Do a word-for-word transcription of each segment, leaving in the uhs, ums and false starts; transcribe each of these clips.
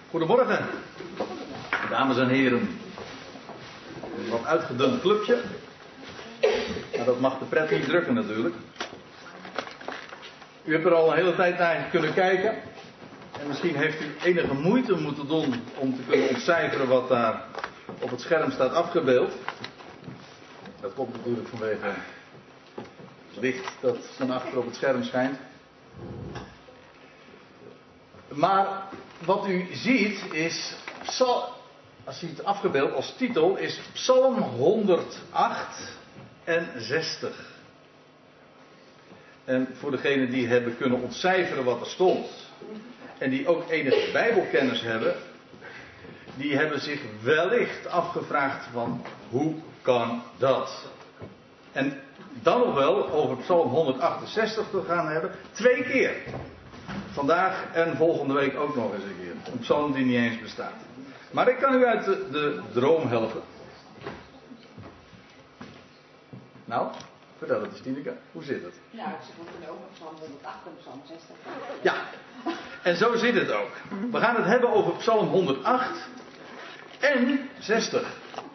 Goedemorgen, dames en heren. Een wat uitgedund clubje. Maar dat mag de pret niet drukken natuurlijk. U hebt er al een hele tijd naar kunnen kijken. En misschien heeft u enige moeite moeten doen om te kunnen ontcijferen wat daar op het scherm staat afgebeeld. Dat komt natuurlijk vanwege het licht dat van achter op het scherm schijnt. Maar wat u ziet is, als u het afgebeeld als titel, is Psalm honderdachtenzestig. En voor degenen die hebben kunnen ontcijferen wat er stond, en die ook enige bijbelkennis hebben, die hebben zich wellicht afgevraagd van, hoe kan dat? En dan nog wel over Psalm honderdachtenzestig te gaan hebben, twee keer. Vandaag en volgende week ook nog eens een keer. Een psalm die niet eens bestaat. Maar ik kan u uit de, de droom helpen. Nou, vertel het eens, Tineke. Hoe zit het? Nou, ik zit nog over Psalm honderdacht en Psalm zestig. Ja, en zo zit het ook. We gaan het hebben over Psalm honderdacht en zestig.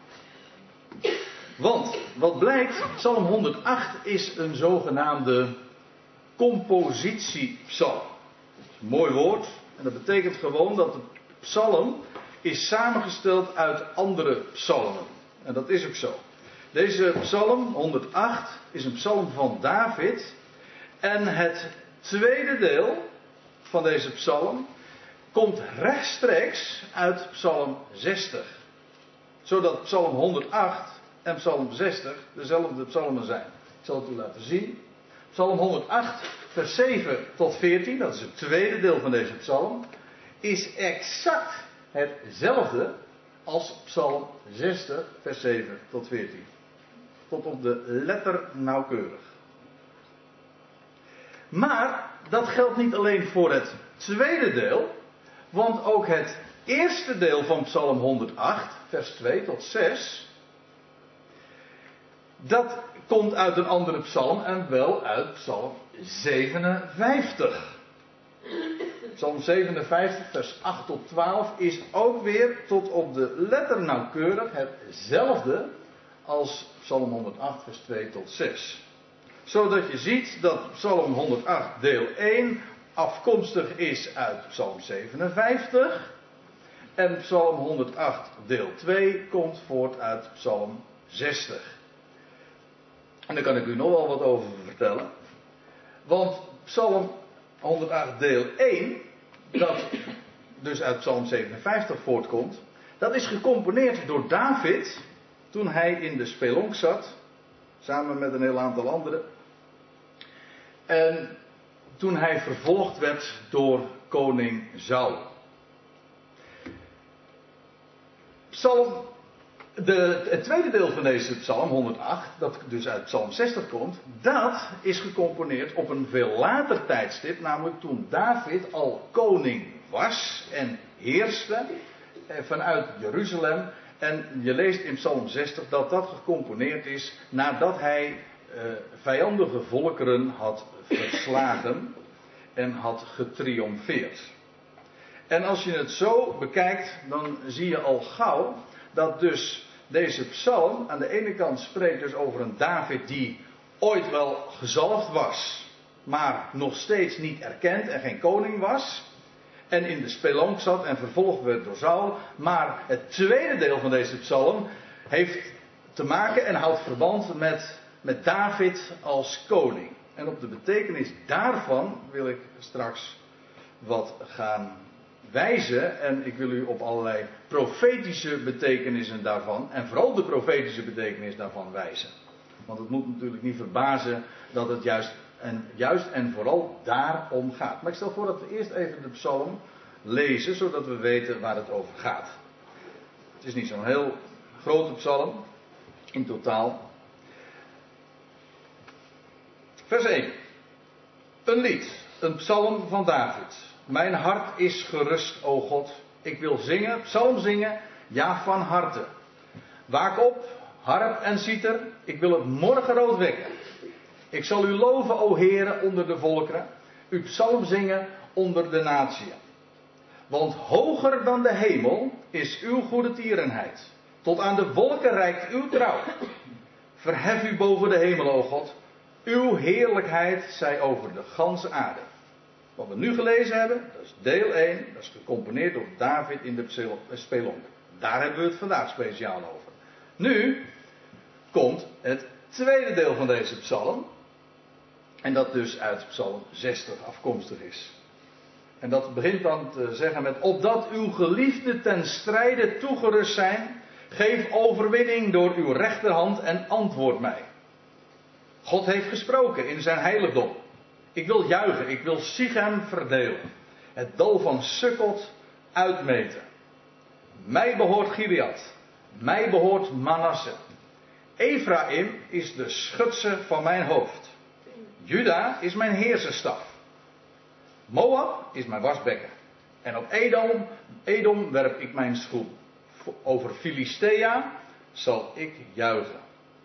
Want, wat blijkt, Psalm honderdacht is een zogenaamde compositiepsalm. Een mooi woord. En dat betekent gewoon dat de psalm is samengesteld uit andere psalmen. En dat is ook zo. Deze psalm honderdacht is een psalm van David. En het tweede deel van deze psalm komt rechtstreeks uit psalm zestig. Zodat psalm honderdacht en psalm zestig dezelfde psalmen zijn. Ik zal het u laten zien. Psalm honderdacht, vers zeven tot veertien, dat is het tweede deel van deze psalm, is exact hetzelfde als psalm zestig, vers zeven tot veertien. Tot op de letter nauwkeurig. Maar dat geldt niet alleen voor het tweede deel, want ook het eerste deel van psalm honderdacht, vers twee tot zes, dat komt uit een andere psalm en wel uit psalm zevenenvijftig. Psalm zevenenvijftig, vers acht tot twaalf is ook weer tot op de letter nauwkeurig hetzelfde als psalm honderdacht, vers twee tot zes. Zodat je ziet dat psalm honderdacht deel één afkomstig is uit psalm zevenenvijftig. En psalm honderdacht deel twee komt voort uit psalm zestig. En daar kan ik u nog wel wat over vertellen. Want psalm honderdacht deel één, dat dus uit psalm zevenenvijftig voortkomt, dat is gecomponeerd door David toen hij in de spelonk zat, samen met een heel aantal anderen. En toen hij vervolgd werd door koning Saul. Psalm De, het tweede deel van deze psalm, honderdacht, dat dus uit psalm zestig komt, dat is gecomponeerd op een veel later tijdstip, namelijk toen David al koning was en heerste eh, vanuit Jeruzalem. En je leest in psalm zestig dat dat gecomponeerd is nadat hij eh, vijandige volkeren had verslagen en had getriomfeerd. En als je het zo bekijkt, dan zie je al gauw dat dus deze psalm aan de ene kant spreekt dus over een David die ooit wel gezalfd was, maar nog steeds niet erkend en geen koning was. En in de spelonk zat en vervolgd werd door Saul. Maar het tweede deel van deze psalm heeft te maken en houdt verband met, met David als koning. En op de betekenis daarvan wil ik straks wat gaan wijzen. En ik wil u op allerlei profetische betekenissen daarvan, en vooral de profetische betekenis daarvan wijzen. Want het moet natuurlijk niet verbazen dat het juist en, juist en vooral daarom gaat. Maar ik stel voor dat we eerst even de psalm lezen, zodat we weten waar het over gaat. Het is niet zo'n heel grote psalm, in totaal. Vers één. Een lied, een psalm van David. Mijn hart is gerust, o God. Ik wil zingen, psalm zingen, ja van harte. Waak op, harp en citer, ik wil het morgenrood wekken. Ik zal u loven, o Heere, onder de volkeren. Uw psalm zingen onder de natieën. Want hoger dan de hemel is uw goede tierenheid. Tot aan de wolken reikt uw trouw. Verhef u boven de hemel, o God. Uw heerlijkheid zij over de ganse aarde. Wat we nu gelezen hebben, dat is deel één. Dat is gecomponeerd door David in de Spelonk. Daar hebben we het vandaag speciaal over. Nu komt het tweede deel van deze psalm. En dat dus uit psalm zestig afkomstig is. En dat begint dan te zeggen met: opdat uw geliefden ten strijde toegerust zijn, geef overwinning door uw rechterhand en antwoord mij. God heeft gesproken in zijn heiligdom. Ik wil juichen, ik wil Sichem verdelen. Het dal van Sukkot uitmeten. Mij behoort Gilead. Mij behoort Manasse. Ephraim is de schutse van mijn hoofd. Juda is mijn heerserstaf. Moab is mijn wasbekken. En op Edom, Edom werp ik mijn schoen. Over Filistea zal ik juichen.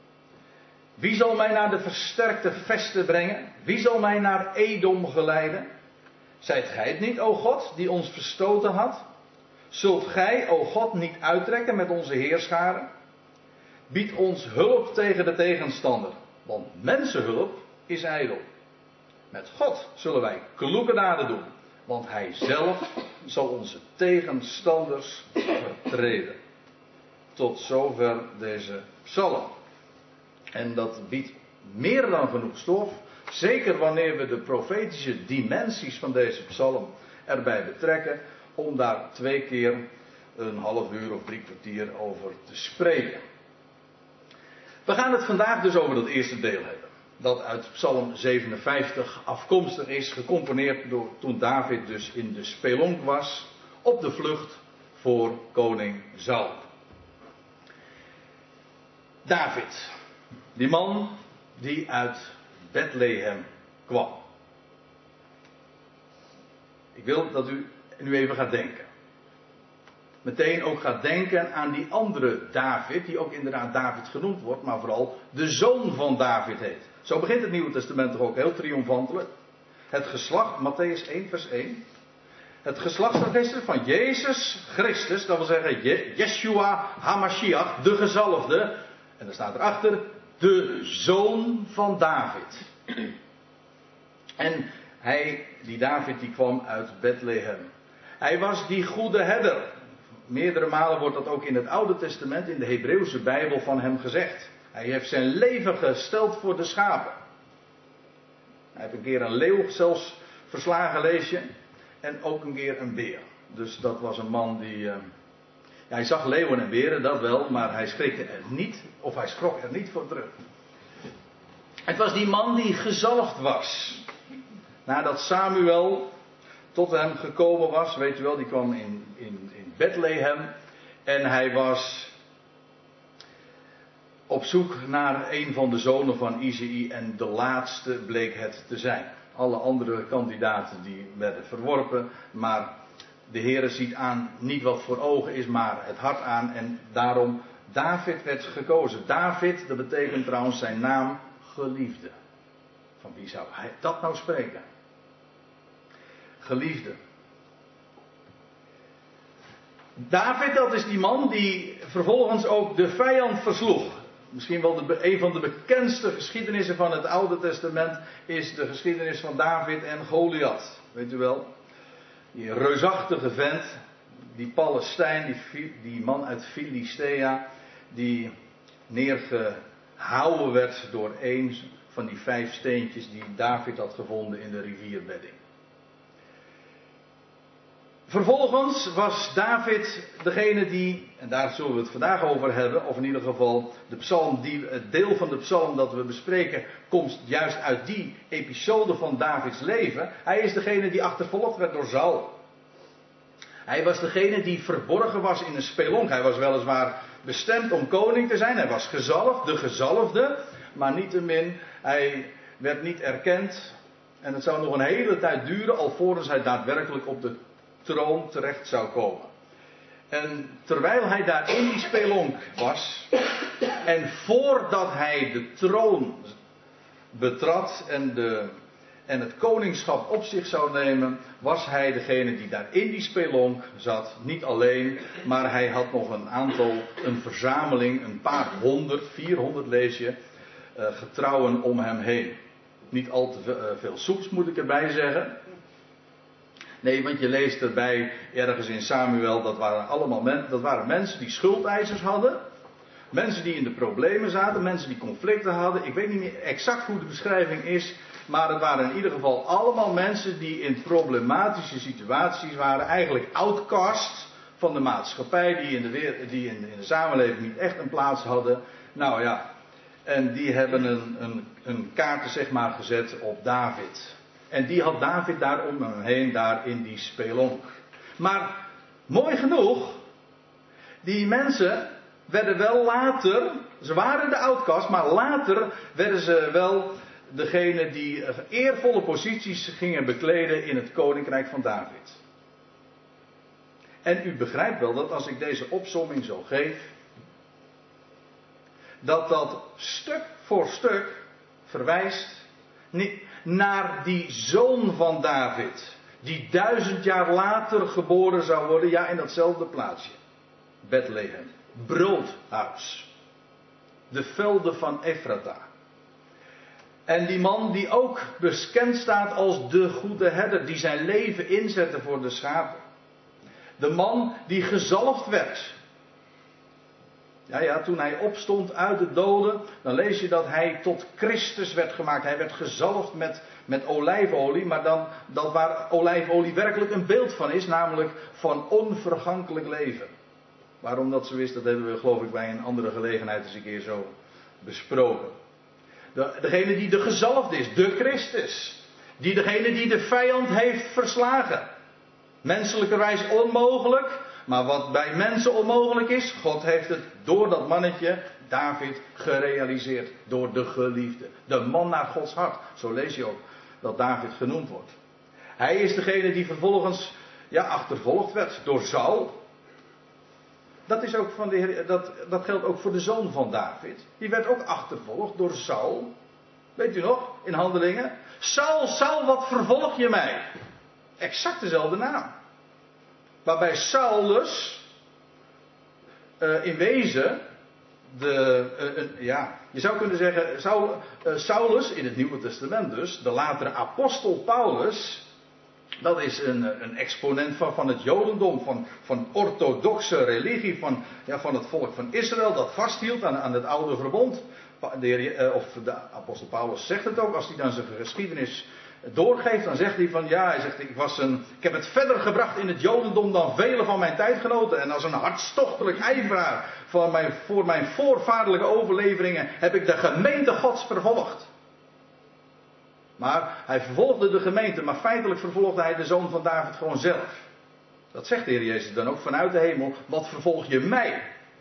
Wie zal mij naar de versterkte vesten brengen? Wie zal mij naar Edom geleiden? Zijt gij het niet, o God, die ons verstoten had? Zult gij, o God, niet uittrekken met onze heerscharen? Bied ons hulp tegen de tegenstander, want mensenhulp is ijdel. Met God zullen wij kloeke daden doen, want hij zelf zal onze tegenstanders vertreden. Tot zover deze psalm. En dat biedt meer dan genoeg stof, zeker wanneer we de profetische dimensies van deze psalm erbij betrekken, om daar twee keer een half uur of drie kwartier over te spreken. We gaan het vandaag dus over dat eerste deel hebben. Dat uit psalm zevenenvijftig afkomstig is, gecomponeerd door toen David dus in de Spelonk was, op de vlucht voor koning Saul. David, die man die uit Bethlehem kwam. Ik wil dat u nu even gaat denken. Meteen ook gaat denken aan die andere David, die ook inderdaad David genoemd wordt, maar vooral de zoon van David heet. Zo begint het Nieuwe Testament toch ook heel triomfantelijk. Het geslacht, Matthäus één vers één. Het geslachtsregister van Jezus Christus, dat wil zeggen Je- Yeshua HaMashiach, de gezalfde. En dan staat erachter, de zoon van David. En hij, die David, die kwam uit Bethlehem. Hij was die goede herder. Meerdere malen wordt dat ook in het Oude Testament, in de Hebreeuwse Bijbel, van hem gezegd. Hij heeft zijn leven gesteld voor de schapen. Hij heeft een keer een leeuw zelfs verslagen, lees je. En ook een keer een beer. Dus dat was een man die... Uh, ja, hij zag leeuwen en beren, dat wel, maar hij schrikte er niet, of hij schrok er niet voor terug. Het was die man die gezalfd was. Nadat Samuel tot hem gekomen was, weet u wel, die kwam in, in, in Bethlehem. En hij was op zoek naar een van de zonen van Isaïe en de laatste bleek het te zijn. Alle andere kandidaten die werden verworpen, maar de Heere ziet aan niet wat voor ogen is, maar het hart aan. En daarom, David werd gekozen. David, dat betekent trouwens zijn naam geliefde. Van wie zou hij dat nou spreken? Geliefde. David, dat is die man die vervolgens ook de vijand versloeg. Misschien wel de, een van de bekendste geschiedenissen van het Oude Testament is de geschiedenis van David en Goliath. Weet u wel? Die reusachtige vent, die Palestijn, die, die man uit Filistea, die neergehouden werd door een van die vijf steentjes die David had gevonden in de rivierbedding. Vervolgens was David degene die, en daar zullen we het vandaag over hebben, of in ieder geval de psalm, die, het deel van de psalm dat we bespreken, komt juist uit die episode van Davids leven. Hij is degene die achtervolgd werd door Saul. Hij was degene die verborgen was in een spelonk. Hij was weliswaar bestemd om koning te zijn. Hij was gezalfd, de gezalfde, maar niettemin, hij werd niet erkend. En het zou nog een hele tijd duren alvorens hij daadwerkelijk op de troon terecht zou komen. En terwijl hij daar in die spelonk was, en voordat hij de troon betrad en, de, en het koningschap op zich zou nemen, was hij degene die daar in die spelonk zat. Niet alleen, maar hij had nog een aantal, een verzameling, een paar honderd, vierhonderd lees je, uh, getrouwen om hem heen. Niet al te veel, uh, veel soeps moet ik erbij zeggen. Nee, want je leest erbij ergens in Samuel, dat waren allemaal men, dat waren mensen die schuldeisers hadden. Mensen die in de problemen zaten, mensen die conflicten hadden. Ik weet niet meer exact hoe de beschrijving is, maar het waren in ieder geval allemaal mensen die in problematische situaties waren. Eigenlijk outcasts van de maatschappij, die in de, weer, die in, in de samenleving niet echt een plaats hadden. Nou ja, en die hebben een, een, een kaarten zeg maar gezet op David. En die had David daar om hem heen, daar in die spelonk. Maar mooi genoeg, die mensen werden wel later, ze waren de outcast, maar later werden ze wel degene die eervolle posities gingen bekleden in het koninkrijk van David. En u begrijpt wel dat als ik deze opsomming zo geef, dat dat stuk voor stuk verwijst naar die zoon van David, die duizend jaar later geboren zou worden, ja, in datzelfde plaatsje, Bethlehem. Broodhuis. De velden van Ephrata. En die man die ook bekend staat als de goede herder, die zijn leven inzette voor de schapen. De man die gezalfd werd. Ja, ja, toen hij opstond uit de doden, dan lees je dat hij tot Christus werd gemaakt. Hij werd gezalfd met, met olijfolie, maar dan dat waar olijfolie werkelijk een beeld van is, namelijk van onvergankelijk leven. Waarom dat zo is, dat hebben we geloof ik bij een andere gelegenheid eens een keer zo besproken. De, degene die de gezalfde is, de Christus. Die degene die de vijand heeft verslagen. Menselijkerwijs onmogelijk, maar wat bij mensen onmogelijk is, God heeft het door dat mannetje, David, gerealiseerd. Door de geliefde. De man naar Gods hart. Zo lees je ook dat David genoemd wordt. Hij is degene die vervolgens ja, achtervolgd werd door Saul. Dat, is ook van de Heer, dat, dat geldt ook voor de zoon van David. Die werd ook achtervolgd door Saul. Weet u nog, in Handelingen? Saul, Saul, wat vervolg je mij? Exact dezelfde naam. Waarbij Saulus uh, in wezen de, uh, uh, ja, je zou kunnen zeggen, Saul, uh, Saulus in het Nieuwe Testament dus, de latere apostel Paulus, dat is een, een exponent van, van het Jodendom, van, van orthodoxe religie, van, ja, van het volk van Israël, dat vasthield aan, aan het oude verbond. De heer, of de apostel Paulus zegt het ook, als hij dan zijn geschiedenis doorgeeft, dan zegt hij van ja, hij zegt ik, was een, ik heb het verder gebracht in het Jodendom dan vele van mijn tijdgenoten. En als een hartstochtelijk ijveraar voor mijn, voor mijn voorvaderlijke overleveringen heb ik de gemeente Gods vervolgd. Maar hij vervolgde de gemeente, maar feitelijk vervolgde hij de zoon van David gewoon zelf. Dat zegt de Heer Jezus dan ook vanuit de hemel. Wat vervolg je mij?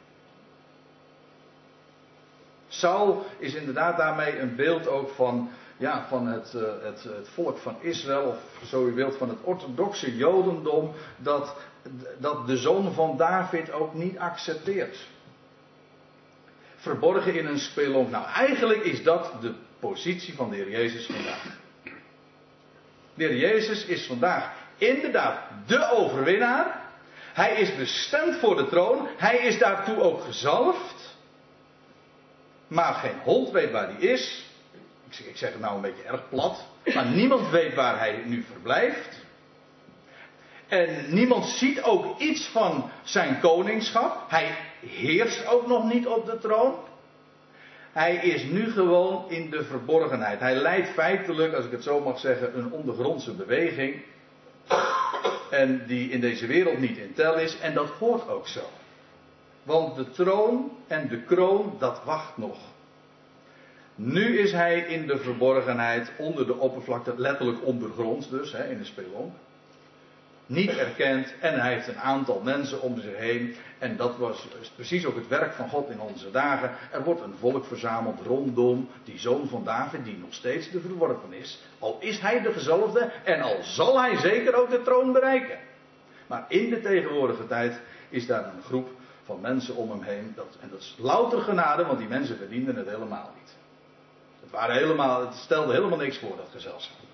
Saul is inderdaad daarmee een beeld ook van, ja, van het, uh, het, het volk van Israël, of zo u wilt, van het orthodoxe Jodendom, dat, dat de zoon van David ook niet accepteert. Verborgen in een spelonk. Nou, eigenlijk is dat de positie van de Heer Jezus vandaag. De Heer Jezus is vandaag inderdaad de overwinnaar. Hij is bestemd voor de troon. Hij is daartoe ook gezalfd. Maar geen hond weet waar hij is. Ik zeg het nou een beetje erg plat. Maar niemand weet waar hij nu verblijft. En niemand ziet ook iets van zijn koningschap. Hij heerst ook nog niet op de troon. Hij is nu gewoon in de verborgenheid. Hij leidt feitelijk, als ik het zo mag zeggen, een ondergrondse beweging. En die in deze wereld niet in tel is. En dat hoort ook zo. Want de troon en de kroon, dat wacht nog. Nu is hij in de verborgenheid, onder de oppervlakte, letterlijk ondergronds dus, hè, in de spelonk. Niet erkend en hij heeft een aantal mensen om zich heen. En dat was precies ook het werk van God in onze dagen. Er wordt een volk verzameld rondom die zoon van David, die nog steeds de verworpen is. Al is hij de gezalfde en al zal hij zeker ook de troon bereiken. Maar in de tegenwoordige tijd is daar een groep van mensen om hem heen. Dat, en dat is louter genade, want die mensen verdienden het helemaal niet. Het, waren helemaal, het stelde helemaal niks voor, dat gezelschap.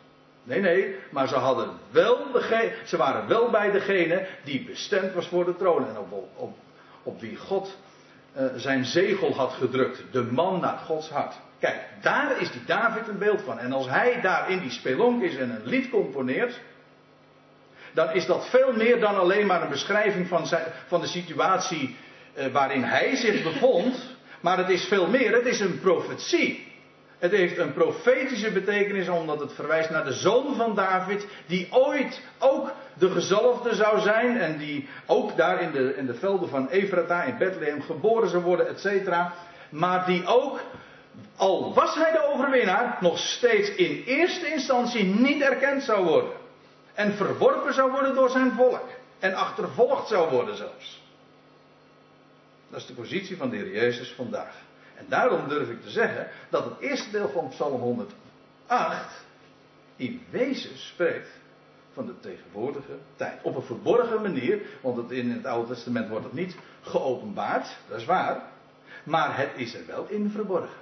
Nee, nee, maar ze, hadden wel degene, ze waren wel bij degene die bestemd was voor de troon. En op, op, op wie God uh, zijn zegel had gedrukt. De man naar Gods hart. Kijk, daar is die David een beeld van. En als hij daar in die spelonk is en een lied componeert, dan is dat veel meer dan alleen maar een beschrijving van, zijn, van de situatie uh, waarin hij zich bevond. Maar het is veel meer, het is een profetie. Het heeft een profetische betekenis omdat het verwijst naar de zoon van David, die ooit ook de gezalfde zou zijn en die ook daar in de, in de velden van Efrata in Bethlehem geboren zou worden, et cetera. Maar die ook, al was hij de overwinnaar, nog steeds in eerste instantie niet erkend zou worden. En verworpen zou worden door zijn volk. En achtervolgd zou worden zelfs. Dat is de positie van de Heer Jezus vandaag. En daarom durf ik te zeggen dat het eerste deel van Psalm honderdacht in wezen spreekt van de tegenwoordige tijd. Op een verborgen manier, want het in het Oude Testament wordt het niet geopenbaard, dat is waar. Maar het is er wel in verborgen.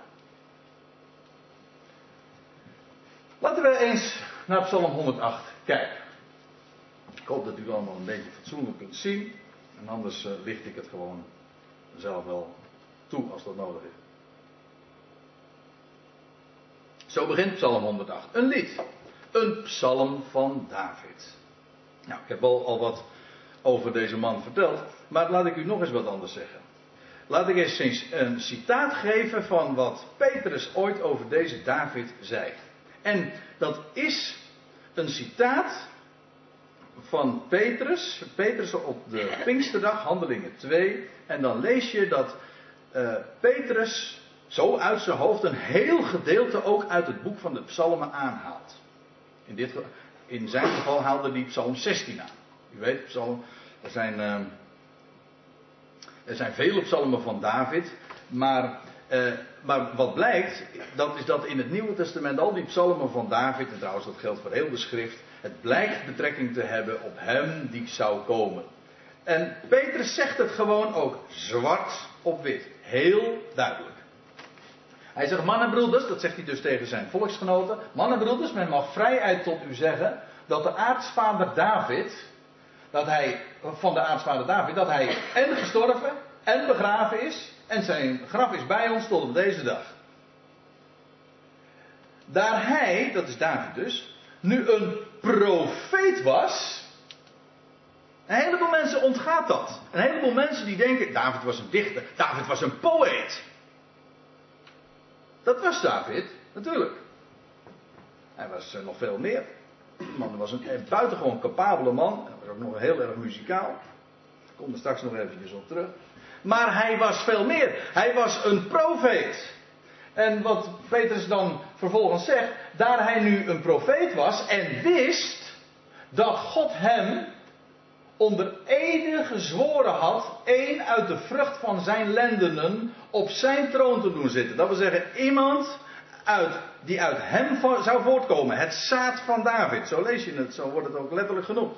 Laten we eens naar Psalm honderdacht kijken. Ik hoop dat u het allemaal een beetje fatsoenlijk kunt zien. En anders uh, licht ik het gewoon zelf wel toe als dat nodig is. Zo begint Psalm honderdacht. Een lied. Een psalm van David. Nou, ik heb al, al wat over deze man verteld. Maar laat ik u nog eens wat anders zeggen. Laat ik eens een citaat geven van wat Petrus ooit over deze David zei. En dat is een citaat van Petrus. Petrus op de Pinksterdag, Handelingen twee. En dan lees je dat uh, Petrus zo uit zijn hoofd een heel gedeelte ook uit het boek van de psalmen aanhaalt. In, dit, in zijn geval haalde hij Psalm zestien aan. U weet, psalm, er, zijn, uh, er zijn vele psalmen van David. Maar, uh, maar wat blijkt, dat is dat in het Nieuwe Testament al die psalmen van David, en trouwens dat geldt voor heel de schrift, het blijkt betrekking te hebben op hem die zou komen. En Petrus zegt het gewoon ook zwart op wit. Heel duidelijk. Hij zegt, mannen broeders, dat zegt hij dus tegen zijn volksgenoten. Mannen broeders, men mag vrijuit tot u zeggen dat de aartsvader David, dat hij, van de aartsvader David, dat hij en gestorven en begraven is. En zijn graf is bij ons tot op deze dag. Daar hij, dat is David dus, nu een profeet was. Een heleboel mensen ontgaat dat. Een heleboel mensen die denken, David was een dichter, David was een poëet. Dat was David, natuurlijk. Hij was uh, nog veel meer. De man was een, een buitengewoon capabele man. Hij was ook nog heel erg muzikaal. Ik kom er straks nog eventjes op terug. Maar hij was veel meer. Hij was een profeet. En wat Petrus dan vervolgens zegt, daar hij nu een profeet was en wist dat God hem onder ede gezworen had één uit de vrucht van zijn lendenen op zijn troon te doen zitten. Dat wil zeggen, iemand uit, die uit hem vo- zou voortkomen. Het zaad van David. Zo lees je het, zo wordt het ook letterlijk genoemd.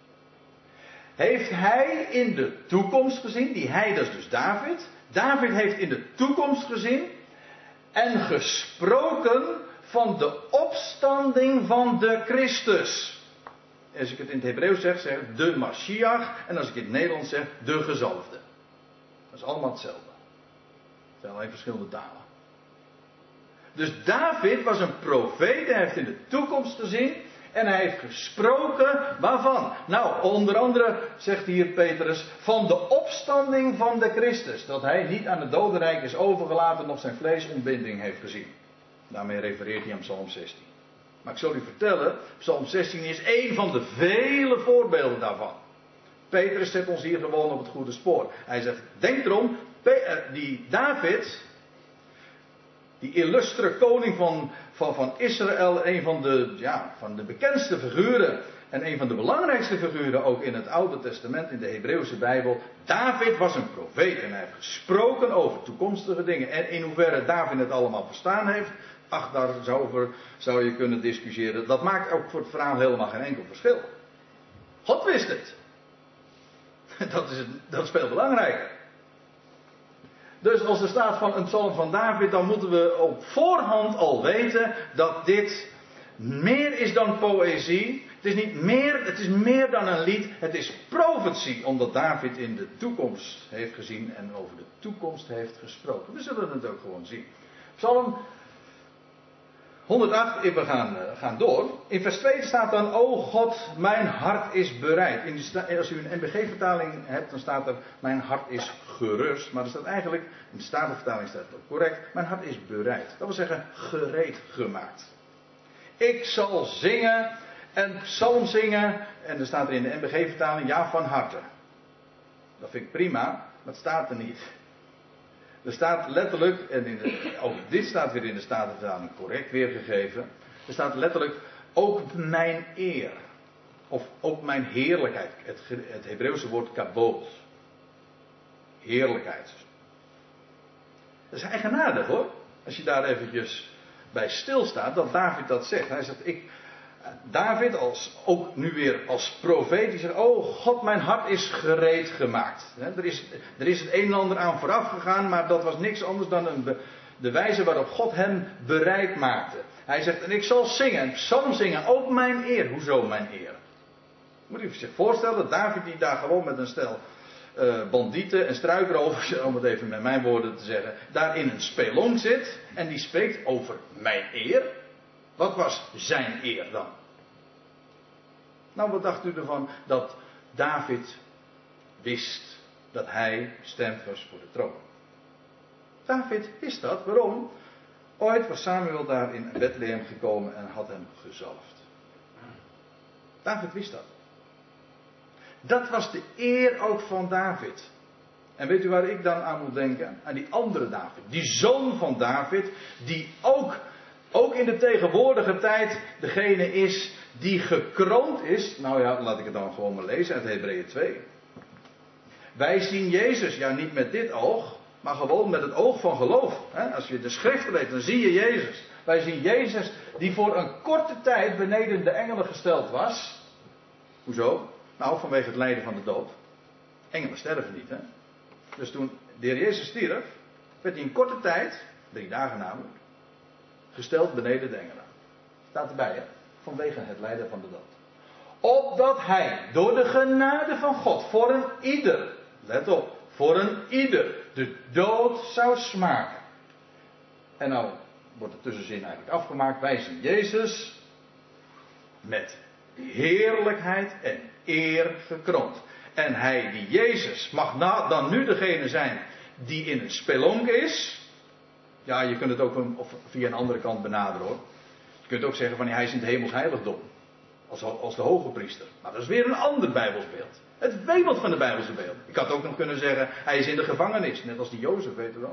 Heeft hij in de toekomst gezien, die hij, dat is dus David. David heeft in de toekomst gezien en gesproken van de opstanding van de Christus. Als ik het in het Hebreeuws zeg, zeg ik de Mashiach. En als ik het in het Nederlands zeg, de gezalfde. Dat is allemaal hetzelfde. Het zijn alleen verschillende talen. Dus David was een profeet. Hij heeft in de toekomst gezien. En hij heeft gesproken waarvan? Nou, onder andere zegt hier Petrus van de opstanding van de Christus. Dat hij niet aan het dodenrijk is overgelaten, nog zijn vleesontbinding heeft gezien. Daarmee refereert hij aan Psalm zestien. Maar ik zal u vertellen, Psalm zestien is één van de vele voorbeelden daarvan. Petrus zet ons hier gewoon op het goede spoor. Hij zegt, denk erom, die David, die illustre koning van, van, van Israël, een van de, ja, van de bekendste figuren en een van de belangrijkste figuren ook in het Oude Testament, in de Hebreeuwse Bijbel. David was een profeet en hij heeft gesproken over toekomstige dingen. En in hoeverre David het allemaal verstaan heeft, ach, daar zou, over, zou je kunnen discussiëren. Dat maakt ook voor het verhaal helemaal geen enkel verschil. God wist het. Dat is, het, dat is veel belangrijker. Dus als er staat van een psalm van David, dan moeten we op voorhand al weten dat dit meer is dan poëzie. Het is niet meer, het is meer dan een lied. Het is profetie, omdat David in de toekomst heeft gezien en over de toekomst heeft gesproken. We zullen het ook gewoon zien. Psalm honderdacht, we gaan, uh, gaan door. In vers twee staat dan, o God, mijn hart is bereid. In de, als u een N B G-vertaling hebt, dan staat er, mijn hart is gerust. Maar er staat eigenlijk, in de Statenvertaling staat het ook correct, mijn hart is bereid. Dat wil zeggen, gereed gemaakt. Ik zal zingen en psalm zingen. En er staat er in de N B G-vertaling, ja, van harte. Dat vind ik prima, maar het staat er niet. Er staat letterlijk, en in de, ook dit staat weer in de Statenvertaling correct weergegeven. Er staat letterlijk, ook mijn eer. Of ook mijn heerlijkheid. Het, het Hebreeuwse woord kabod. Heerlijkheid. Dat is eigenaardig hoor. Als je daar eventjes bij stilstaat, dat David dat zegt. Hij zegt, ik, David, als, ook nu weer als profeet, die zegt, oh God, mijn hart is gereed gemaakt. He, er, is, er is het een en ander aan vooraf gegaan, maar dat was niks anders dan een, de wijze waarop God hem bereid maakte. Hij zegt, en ik zal zingen, en psalm zingen, ook mijn eer. Hoezo mijn eer? Moet u zich voorstellen, David die daar gewoon met een stel uh, bandieten en struikrovers, om het even met mijn woorden te zeggen, daar in een spelonk zit en die spreekt over mijn eer. Wat was zijn eer dan? Nou, wat dacht u ervan dat David wist dat hij bestemd was voor de troon? David wist dat. Waarom? Ooit was Samuel daar in Bethlehem gekomen en had hem gezalfd. David wist dat. Dat was de eer ook van David. En weet u waar ik dan aan moet denken? Aan die andere David. Die zoon van David. Die ook, ook in de tegenwoordige tijd degene is die gekroond is. Nou ja, laat ik het dan gewoon maar lezen uit Hebreeën twee. Wij zien Jezus, ja niet met dit oog, maar gewoon met het oog van geloof. Als je de schriften leest, dan zie je Jezus. Wij zien Jezus die voor een korte tijd beneden de engelen gesteld was. Hoezo? Nou, vanwege het lijden van de dood. Engelen sterven niet, hè. Dus toen de Heer Jezus stierf, werd hij in korte tijd, drie dagen namelijk, gesteld beneden de engelen. Staat erbij, hè. Vanwege het lijden van de dood. Opdat hij door de genade van God voor een ieder, let op, voor een ieder de dood zou smaken. En nou wordt de tussenzin eigenlijk afgemaakt. Wij zien Jezus met heerlijkheid en eer gekroond. En hij, die Jezus, mag na, dan nu degene zijn die in een spelonk is. Ja, je kunt het ook een, of via een andere kant benaderen hoor. Je kunt ook zeggen van hij is in het hemels heiligdom. Als, als de hoge priester. Maar dat is weer een ander Bijbelsbeeld. Het wemelt van de Bijbelse beeld. Ik had ook nog kunnen zeggen, hij is in de gevangenis. Net als die Jozef, weet u wel.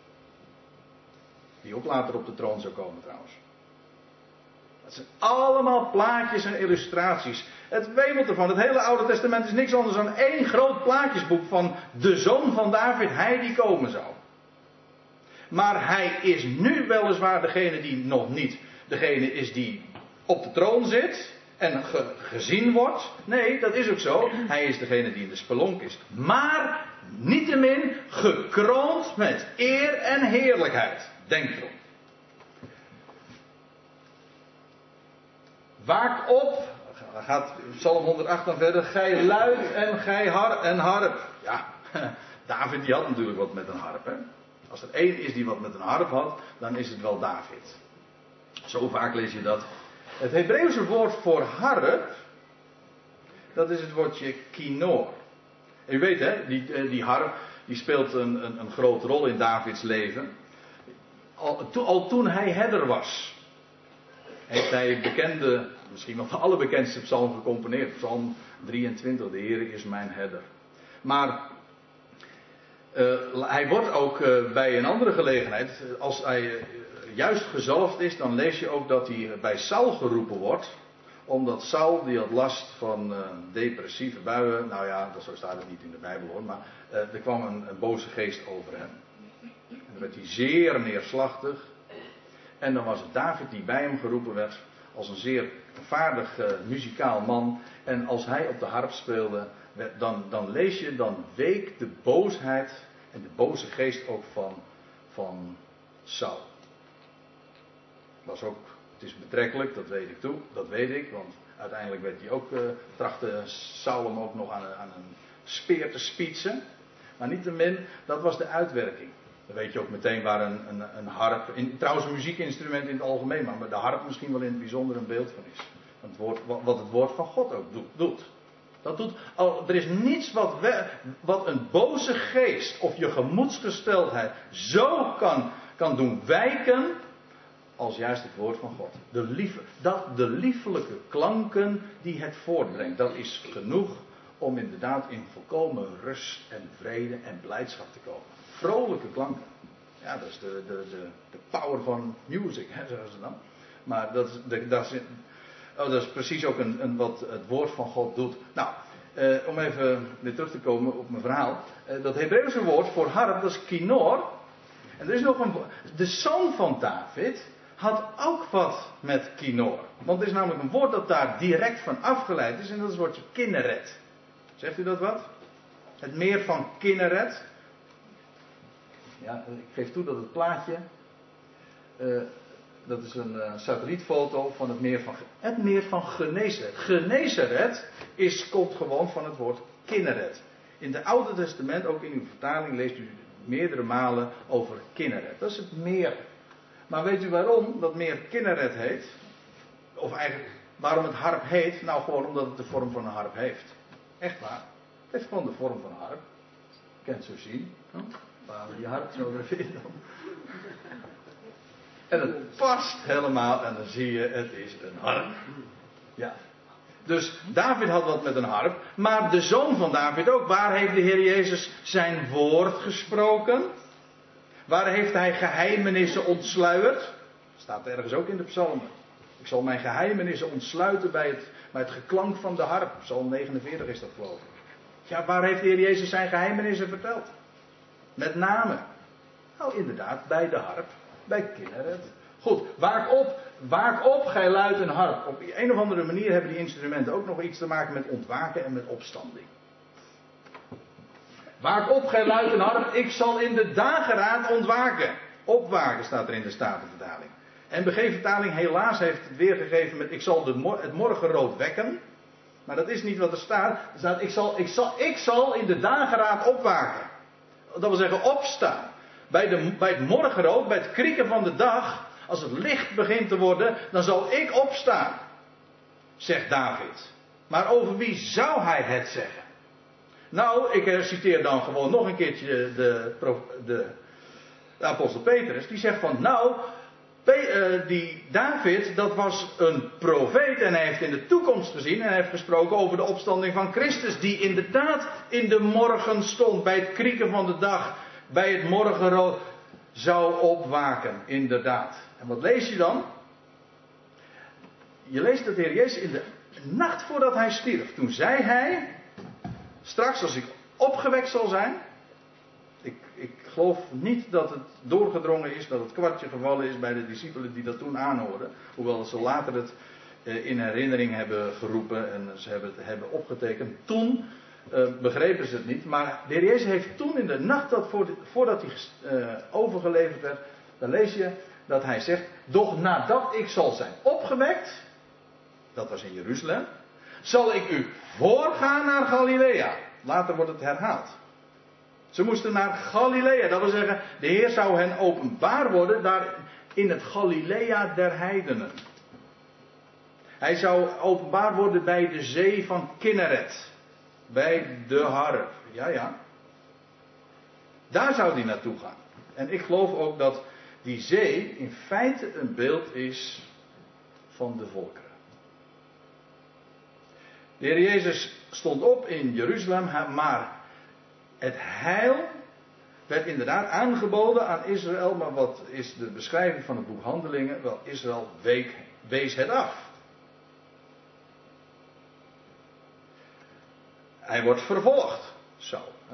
Die ook later op de troon zou komen trouwens. Dat zijn allemaal plaatjes en illustraties. Het wemelt ervan. Het hele Oude Testament is niks anders dan één groot plaatjesboek van de zoon van David, hij die komen zou. Maar hij is nu weliswaar degene die nog niet degene is die op de troon zit en ge- gezien wordt. Nee, dat is ook zo. Hij is degene die in de spelonk is. Maar niettemin gekroond met eer en heerlijkheid. Denk erom. Waak op. Gaat Psalm honderdacht dan verder. Gij luid en gij har- en harp. Ja, David die had natuurlijk wat met een harp. Hè? Als er één is die wat met een harp had, dan is het wel David. Zo vaak lees je dat. Het Hebreeuwse woord voor harp, dat is het woordje kinoor. En u weet hè, die, die harp die speelt een, een, een grote rol in Davids leven. Al, to, al toen hij herder was, heeft hij bekende, misschien wel de allerbekendste psalm gecomponeerd. Psalm drieëntwintig, de Heere is mijn herder. Maar uh, hij wordt ook uh, bij een andere gelegenheid, als hij uh, juist gezalfd is, dan lees je ook dat hij bij Saul geroepen wordt. Omdat Saul, die had last van uh, depressieve buien. Nou ja, dat, zo staat het niet in de Bijbel hoor. Maar uh, er kwam een, een boze geest over hem. En dan werd hij zeer neerslachtig. En dan was het David die bij hem geroepen werd. Als een zeer vaardig uh, muzikaal man. En als hij op de harp speelde. Dan, dan lees je, dan week de boosheid en de boze geest ook van, van Saul. Was ook Het is betrekkelijk, dat weet ik toe, dat weet ik, want uiteindelijk werd hij ook, uh, trachtte Saul hem ook nog aan, aan een speer te spietsen. Maar niettemin, dat was de uitwerking. Dan weet je ook meteen waar een, een, een harp, in, trouwens een muziekinstrument in het algemeen, maar de harp misschien wel in het bijzonder een beeld van is. Het woord, wat het woord van God ook doet. Dat doet al, er is niets wat, we, wat een boze geest of je gemoedsgesteldheid zo kan, kan doen wijken als juist het woord van God. De, lief, dat, de liefelijke klanken die het voortbrengt, dat is genoeg om inderdaad in volkomen rust en vrede en blijdschap te komen. Vrolijke klanken. Ja, dat is de, de, de, de power van music, hè, zeggen ze dan. Maar dat is, de, dat is, oh, dat is precies ook een, een, wat het woord van God doet. Nou, eh, om even weer terug te komen op mijn verhaal. Eh, dat Hebreeuwse woord voor harp, dat is kinor. En er is nog een. De zoon van David had ook wat met kinor. Want er is namelijk een woord dat daar direct van afgeleid is. En dat is het woordje kinneret. Zegt u dat wat? Het meer van Kinneret. Ja, ik geef toe dat het plaatje. Uh, dat is een uh, satellietfoto van het meer van. Het meer van Genezeret. Genezeret is, komt gewoon van het woord Kinneret. In het Oude Testament, ook in uw vertaling, leest u meerdere malen over Kinneret. Dat is het meer. Maar weet u waarom dat meer Kinneret heet? Of eigenlijk waarom het harp heet? Nou, gewoon omdat het de vorm van een harp heeft. Echt waar. Het heeft gewoon de vorm van een harp. Je kan het zo zien. Waar we die harp zo weer vinden. En het past helemaal. En dan zie je, het is een harp. Ja. Dus David had wat met een harp. Maar de zoon van David ook. Waar heeft de Heer Jezus zijn woord gesproken? Waar heeft hij geheimenissen ontsluierd? Staat ergens ook in de psalmen. Ik zal mijn geheimenissen ontsluiten bij het, bij het geklank van de harp. Psalm negenenveertig is dat, geloof ik. Ja, waar heeft de Heer Jezus zijn geheimenissen verteld? Met name. Nou, inderdaad, bij de harp. Bij Kinneret. Goed, waak op. Waak op, gij luidt een harp. Op een of andere manier hebben die instrumenten ook nog iets te maken met ontwaken en met opstanding. Waak op, gij luidt een harp. Ik zal in de dageraad ontwaken. Opwaken staat er in de Statenvertaling. En de G-vertaling helaas heeft het weergegeven met ik zal de mor- het morgenrood wekken. Maar dat is niet wat er staat. Er staat ik zal, ik zal, ik zal in de dageraad opwaken. Dat wil zeggen opstaan. Bij, de, bij het morgenrood, bij het krieken van de dag, als het licht begint te worden, dan zal ik opstaan. Zegt David. Maar over wie zou hij het zeggen? Nou, ik citeer dan gewoon nog een keertje de, de, de apostel Petrus. Die zegt van nou... Die David, dat was een profeet en hij heeft in de toekomst gezien en hij heeft gesproken over de opstanding van Christus, die inderdaad in de morgen stond, bij het krieken van de dag, bij het morgenrood, zou opwaken, inderdaad. En wat lees je dan? Je leest dat de Heer Jezus in de nacht voordat hij stierf, toen zei hij, straks als ik opgewekt zal zijn, Ik, ik geloof niet dat het doorgedrongen is, dat het kwartje gevallen is bij de discipelen die dat toen aanhoorden. Hoewel ze later het eh, in herinnering hebben geroepen en ze hebben het hebben opgetekend. Toen eh, begrepen ze het niet. Maar de Heer Jezus heeft toen in de nacht dat voor de, voordat hij eh, overgeleverd werd, dan lees je dat hij zegt, doch nadat ik zal zijn opgewekt, dat was in Jeruzalem, zal ik u voorgaan naar Galilea. Later wordt het herhaald. Ze moesten naar Galilea. Dat wil zeggen, de Heer zou hen openbaar worden daar in het Galilea der heidenen. Hij zou openbaar worden bij de zee van Kinneret. Bij de harp. Ja, ja. Daar zou hij naartoe gaan. En ik geloof ook dat die zee in feite een beeld is van de volkeren. De Heer Jezus stond op in Jeruzalem, maar het heil werd inderdaad aangeboden aan Israël, maar wat is de beschrijving van het boek Handelingen? Wel, Israël week, wees het af. Hij wordt vervolgd. Zo. Hè?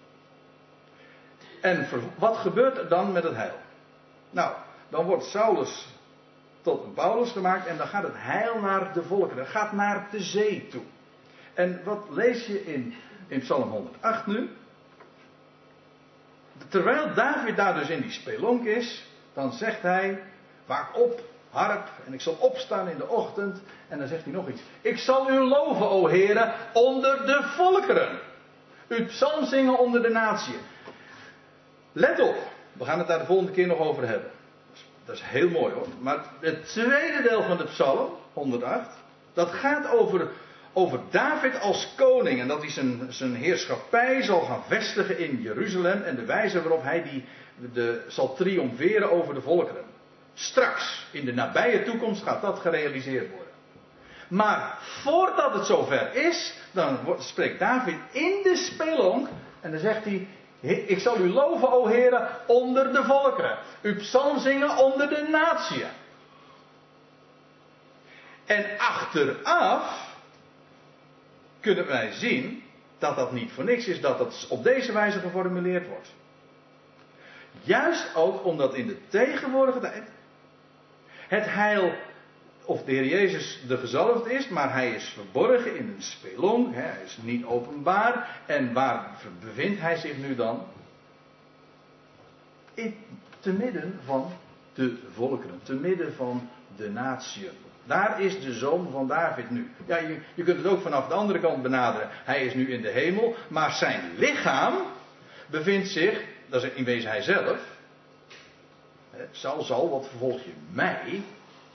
En ver, wat gebeurt er dan met het heil? Nou, dan wordt Saulus tot een Paulus gemaakt en dan gaat het heil naar de volkeren. Het gaat naar de zee toe. En wat lees je in, in Psalm honderdacht nu? Terwijl David daar dus in die spelonk is, dan zegt hij, waak op, harp en ik zal opstaan in de ochtend. En dan zegt hij nog iets. Ik zal u loven, o Heere, onder de volkeren. U psalm zingen onder de natieën. Let op, we gaan het daar de volgende keer nog over hebben. Dat is heel mooi hoor. Maar het tweede deel van de psalm, honderdacht, dat gaat over, over David als koning. En dat hij zijn, zijn heerschappij zal gaan vestigen in Jeruzalem. En de wijze waarop hij die de, zal triomferen over de volkeren. Straks, in de nabije toekomst, gaat dat gerealiseerd worden. Maar voordat het zover is, dan wordt, spreekt David in de spelonk. En dan zegt hij, ik zal u loven, o Heere, onder de volkeren. U psalm zingen onder de natieën. En achteraf kunnen wij zien dat dat niet voor niks is, dat dat op deze wijze geformuleerd wordt. Juist ook omdat in de tegenwoordige tijd het heil, of de Heer Jezus de gezalfd is, maar hij is verborgen in een spelonk, hij is niet openbaar. En waar bevindt hij zich nu dan? In, te midden van de volkeren, te midden van de natieën. Daar is de zoon van David nu. Ja, je, je kunt het ook vanaf de andere kant benaderen. Hij is nu in de hemel, maar zijn lichaam bevindt zich, dat is in wezen hij zelf. Zal, zal, wat vervolg je mij?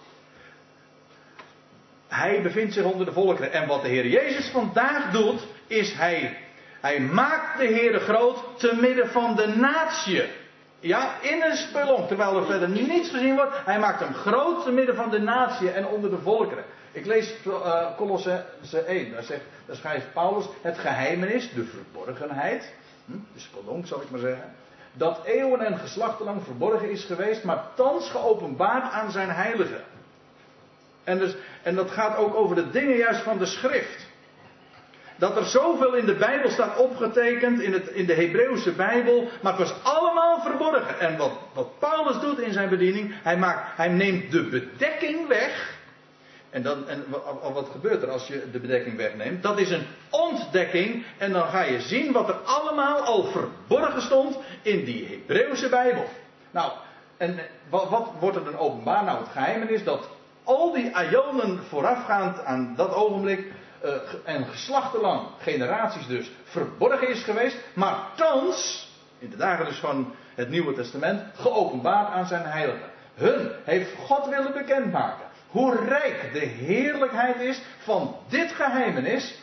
Hij bevindt zich onder de volkeren. En wat de Heer Jezus vandaag doet, is hij, hij maakt de Heere groot te midden van de natieën. Ja, in een spelonk, terwijl er verder niets gezien wordt. Hij maakt hem groot te midden van de natieën en onder de volkeren. Ik lees uh, Kolossenzen één, daar zegt, daar schrijft Paulus, het geheimenis, de verborgenheid, hm, de spelonk zal ik maar zeggen, dat eeuwen en geslachten lang verborgen is geweest, maar thans geopenbaard aan zijn heiligen. En, dus, en dat gaat ook over de dingen juist van de schrift. Dat er zoveel in de Bijbel staat opgetekend, in, het, in de Hebreeuwse Bijbel, maar het was allemaal verborgen. En wat, wat Paulus doet in zijn bediening, hij, maakt, hij neemt de bedekking weg. En, dan, en wat, wat gebeurt er als je de bedekking wegneemt? Dat is een ontdekking en dan ga je zien wat er allemaal al verborgen stond in die Hebreeuwse Bijbel. Nou, en wat, wat wordt er dan openbaar? Nou, het geheim is dat al die aionen voorafgaand aan dat ogenblik, uh, en geslachtenlang, generaties dus, verborgen is geweest, maar thans, in de dagen dus van het Nieuwe Testament, geopenbaard aan zijn heiligen. Hun heeft God willen bekendmaken hoe rijk de heerlijkheid is van dit geheimenis.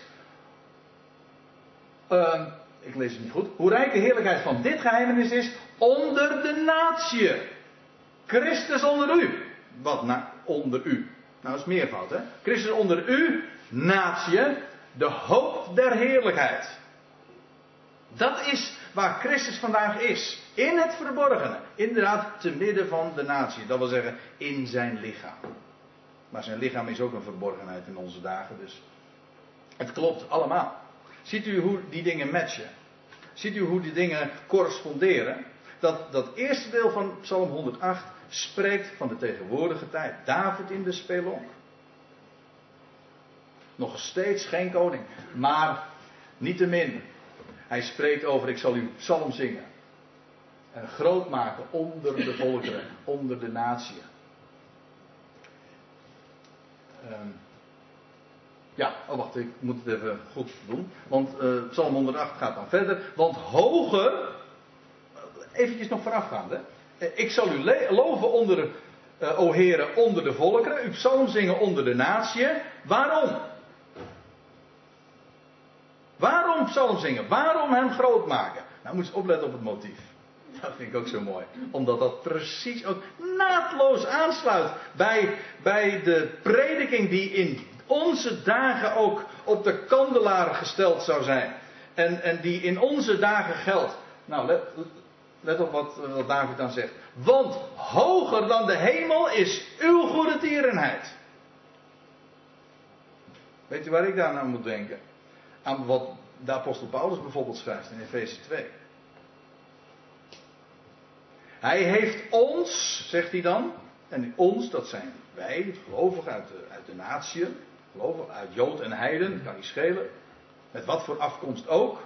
Uh, ik lees het niet goed. Hoe rijk de heerlijkheid van dit geheimenis is onder de natieën. Christus onder u. Wat na, onder u? Nou, dat is meervoud, hè? Christus onder u, natieën, de hoop der heerlijkheid. Dat is waar Christus vandaag is. In het verborgene. Inderdaad, te midden van de natie. Dat wil zeggen, in zijn lichaam. Maar zijn lichaam is ook een verborgenheid in onze dagen. Dus het klopt allemaal. Ziet u hoe die dingen matchen? Ziet u hoe die dingen corresponderen? Dat, dat eerste deel van Psalm honderdacht spreekt van de tegenwoordige tijd. David in de spelonk. Nog steeds geen koning. Maar niettemin. Hij spreekt over, ik zal u psalm zingen. En groot maken onder de volkeren. Onder de natieën. Um, ja, oh wacht, ik moet het even goed doen. Want uh, Psalm honderdacht gaat dan verder. Want hoger, eventjes nog voorafgaand, hè. Ik zal u le- loven onder, uh, o Heere, onder de volkeren. U psalm zingen onder de natieën. Waarom? Waarom psalm zingen? Waarom hem groot maken? Nou, moet je opletten op het motief. Dat vind ik ook zo mooi. Omdat dat precies ook naadloos aansluit bij, bij de prediking die in onze dagen ook op de kandelaar gesteld zou zijn. En, en die in onze dagen geldt. Nou, let, let op wat, wat David dan zegt. Want hoger dan de hemel is uw goede tierenheid. Weet u waar ik daar aan moet denken? Aan wat de apostel Paulus bijvoorbeeld schrijft in Efeze twee. Hij heeft ons, zegt hij dan, en ons, dat zijn wij, gelovigen uit de, uit de natieën, gelovigen uit Jood en Heiden, dat kan niet schelen, met wat voor afkomst ook.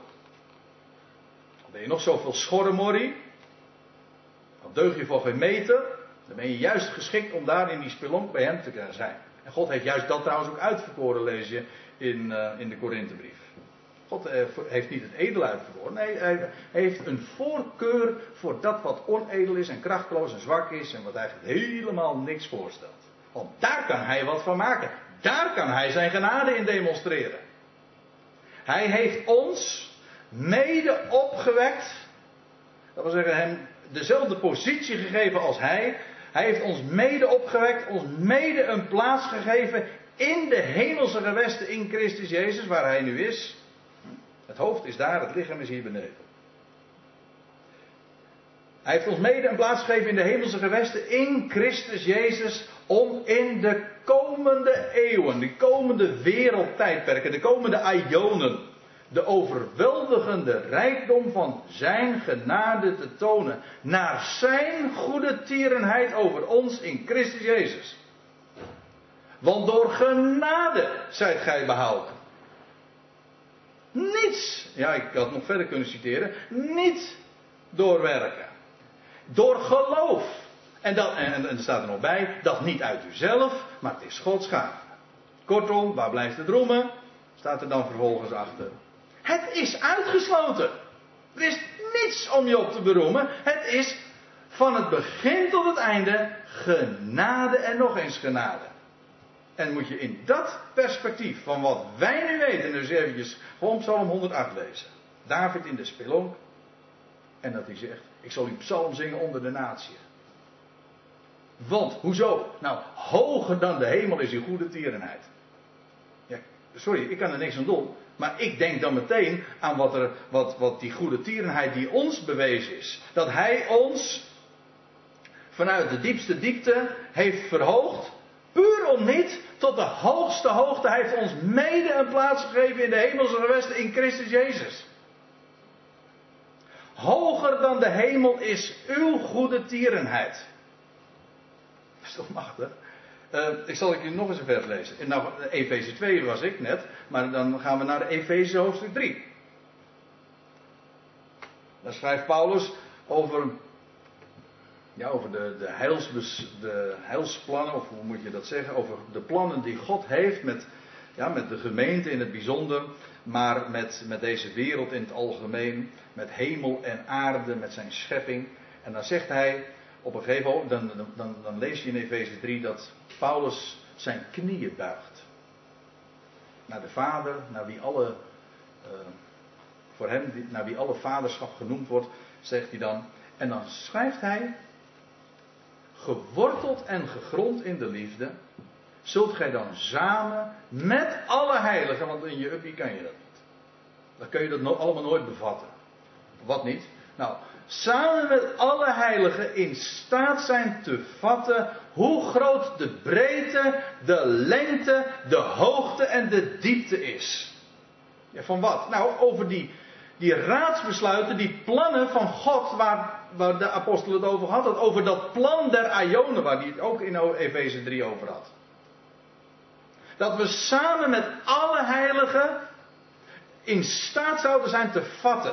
Dan ben je nog zoveel schorremorrie, dan deug je voor geen meter, Dan ben je juist geschikt om daar in die spelonk bij hem te zijn. En God heeft juist dat trouwens ook uitverkoren, lees je in, uh, in de Korinthebrief. God uh, heeft niet het edel uitverkoren. Nee, hij heeft een voorkeur voor dat wat onedel is en krachteloos en zwak is. En wat eigenlijk helemaal niks voorstelt. Want daar kan hij wat van maken. Daar kan hij zijn genade in demonstreren. Hij heeft ons mede opgewekt. Dat wil zeggen, hem dezelfde positie gegeven als hij. Hij heeft ons mede opgewekt, ons mede een plaats gegeven in de hemelse gewesten in Christus Jezus, waar hij nu is. Het hoofd is daar, het lichaam is hier beneden. Hij heeft ons mede een plaats gegeven in de hemelse gewesten in Christus Jezus, om in de komende eeuwen, de komende wereldtijdperken, de komende aionen, de overweldigende rijkdom van zijn genade te tonen, naar zijn goede tierenheid over ons in Christus Jezus. Want door genade zijt gij behouden. Niets, ja, ik had nog verder kunnen citeren, niet door werken. Door geloof. En, dat, en, en er staat er nog bij, dat niet uit uzelf, maar het is Gods gave. Kortom, waar blijft het roemen? Staat er dan vervolgens achter. Het is uitgesloten. Er is niets om je op te beroemen. Het is van het begin tot het einde genade en nog eens genade. En moet je in dat perspectief van wat wij nu weten, dus eventjes gewoon Psalm honderdacht lezen. David in de spelonk. En dat hij zegt, ik zal die psalm zingen onder de natie. Want, hoezo? Nou, hoger dan de hemel is uw goede tierenheid. Ja, sorry, ik kan er niks aan doen. Maar ik denk dan meteen aan wat, er, wat, wat die goede tierenheid die ons bewezen is. Dat hij ons vanuit de diepste diepte heeft verhoogd. Puur om niet tot de hoogste hoogte. Hij heeft ons mede een plaats gegeven in de hemelse gewesten in Christus Jezus. Hoger dan de hemel is uw goede tierenheid. Dat is toch machtig? Uh, ik zal ik je nog eens een vers lezen. Nou, Efeze twee was ik net. Maar dan gaan we naar de Efeze hoofdstuk drie. Daar schrijft Paulus over, ja, over de, de, heils, de heilsplannen, of hoe moet je dat zeggen? Over de plannen die God heeft met, ja, met de gemeente in het bijzonder. Maar met, met deze wereld in het algemeen. Met hemel en aarde, met zijn schepping. En dan zegt hij, op een gegeven moment, dan, dan, dan lees je in Efeze drie dat Paulus zijn knieën buigt. Naar de Vader, naar wie alle, uh, voor hem, naar wie alle vaderschap genoemd wordt, zegt hij dan. En dan schrijft hij, geworteld en gegrond in de liefde, zult gij dan samen met alle heiligen, want in je uppie kan je dat niet. Dan kun je dat no- allemaal nooit bevatten. Wat niet? Nou, samen met alle heiligen in staat zijn te vatten hoe groot de breedte, de lengte, de hoogte en de diepte is. Ja, van wat? Nou, over die, die raadsbesluiten, die plannen van God waar, waar de apostel het over had. Over dat plan der aionen waar hij het ook in Efeze drie over had. Dat we samen met alle heiligen in staat zouden zijn te vatten.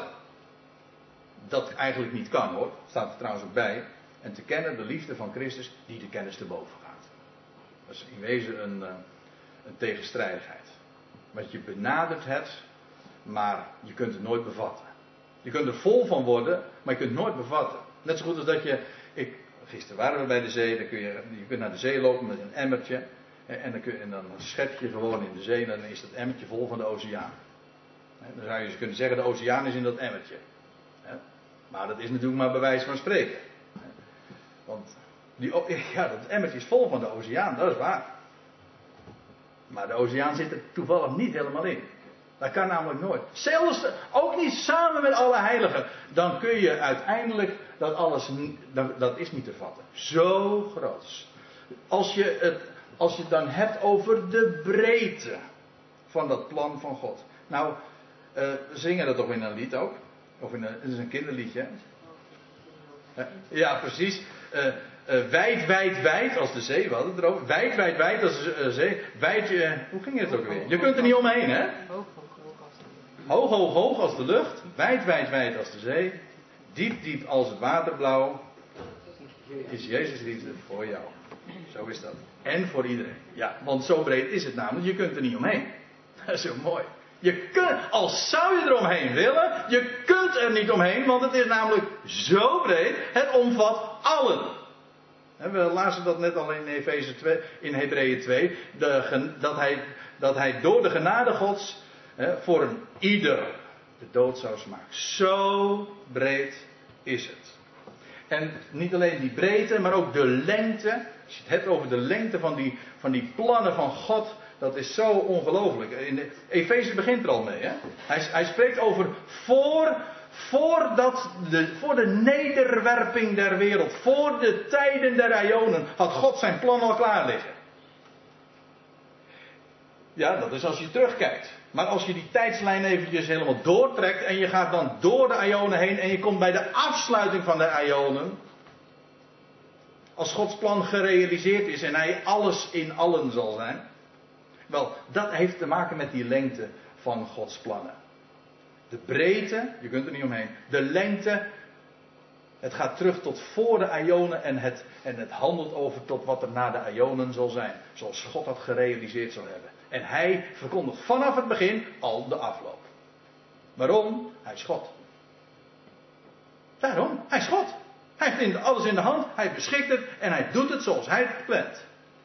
Dat eigenlijk niet kan hoor, staat er trouwens ook bij. En te kennen de liefde van Christus die de kennis te boven gaat. Dat is in wezen een, een tegenstrijdigheid. Want je benadert het, maar je kunt het nooit bevatten. Je kunt er vol van worden, maar je kunt het nooit bevatten. Net zo goed als dat je, ik, gisteren waren we bij de zee, dan kun je, je kunt naar de zee lopen met een emmertje. En dan, kun je, en dan schep je gewoon in de zee en dan is dat emmertje vol van de oceaan. Dan zou je kunnen zeggen, de oceaan is in dat emmertje. Maar dat is natuurlijk maar bij wijze van spreken. Want die, ja, dat emmertje is vol van de oceaan, dat is waar. Maar de oceaan zit er toevallig niet helemaal in. Dat kan namelijk nooit. Zelfs ook niet samen met alle heiligen. Dan kun je uiteindelijk dat alles, dat, dat is niet te vatten. Zo groot. Als je het, als je het dan hebt over de breedte van dat plan van God. Nou, uh, we zingen dat toch in een lied ook. Of in een, het is een kinderliedje. Ja, precies. Uh, uh, wijd, wijd, wijd als de zee. We hadden het erover. Wijd, wijd, wijd als de uh, zee. Wijd, uh, hoe ging het ook weer? Je kunt er niet omheen, hè? Hoog, hoog, hoog als de lucht. Hoog, hoog, hoog als de lucht. Wijd, wijd, wijd als de zee. Diep, diep als het waterblauw. is Jezus' liefde voor jou. Zo is dat. En voor iedereen. Ja, want zo breed is het namelijk. Je kunt er niet omheen. Dat is zo mooi. Je kunt, al zou je er omheen willen, je kunt er niet omheen, want het is namelijk zo breed. Het omvat allen. We lazen dat net al in Efeze twee, in Hebreeën twee, de, dat, hij, dat hij door de genade Gods hè, voor een ieder de dood zou smaken. Zo breed is het. En niet alleen die breedte, maar ook de lengte. Als je het hebt over de lengte van die, van die plannen van God, dat is zo ongelooflijk. In de, Efeze begint er al mee. Hè? Hij, hij spreekt over voor, voordat de, voor de nederwerping der wereld, voor de tijden der Ionen, had God zijn plan al klaar liggen. Ja, dat is als je terugkijkt. Maar als je die tijdslijn eventjes helemaal doortrekt en je gaat dan door de Ionen heen en je komt bij de afsluiting van de Ionen. Als Gods plan gerealiseerd is en hij alles in allen zal zijn. Wel, dat heeft te maken met die lengte van Gods plannen. De breedte, je kunt er niet omheen. De lengte, het gaat terug tot voor de Ionen en het, en het handelt over tot wat er na de Ionen zal zijn. Zoals God dat gerealiseerd zal hebben. En hij verkondigt vanaf het begin al de afloop. Waarom? Hij is God. Waarom? Hij is God. Hij heeft alles in de hand, hij beschikt het en hij doet het zoals hij het plant.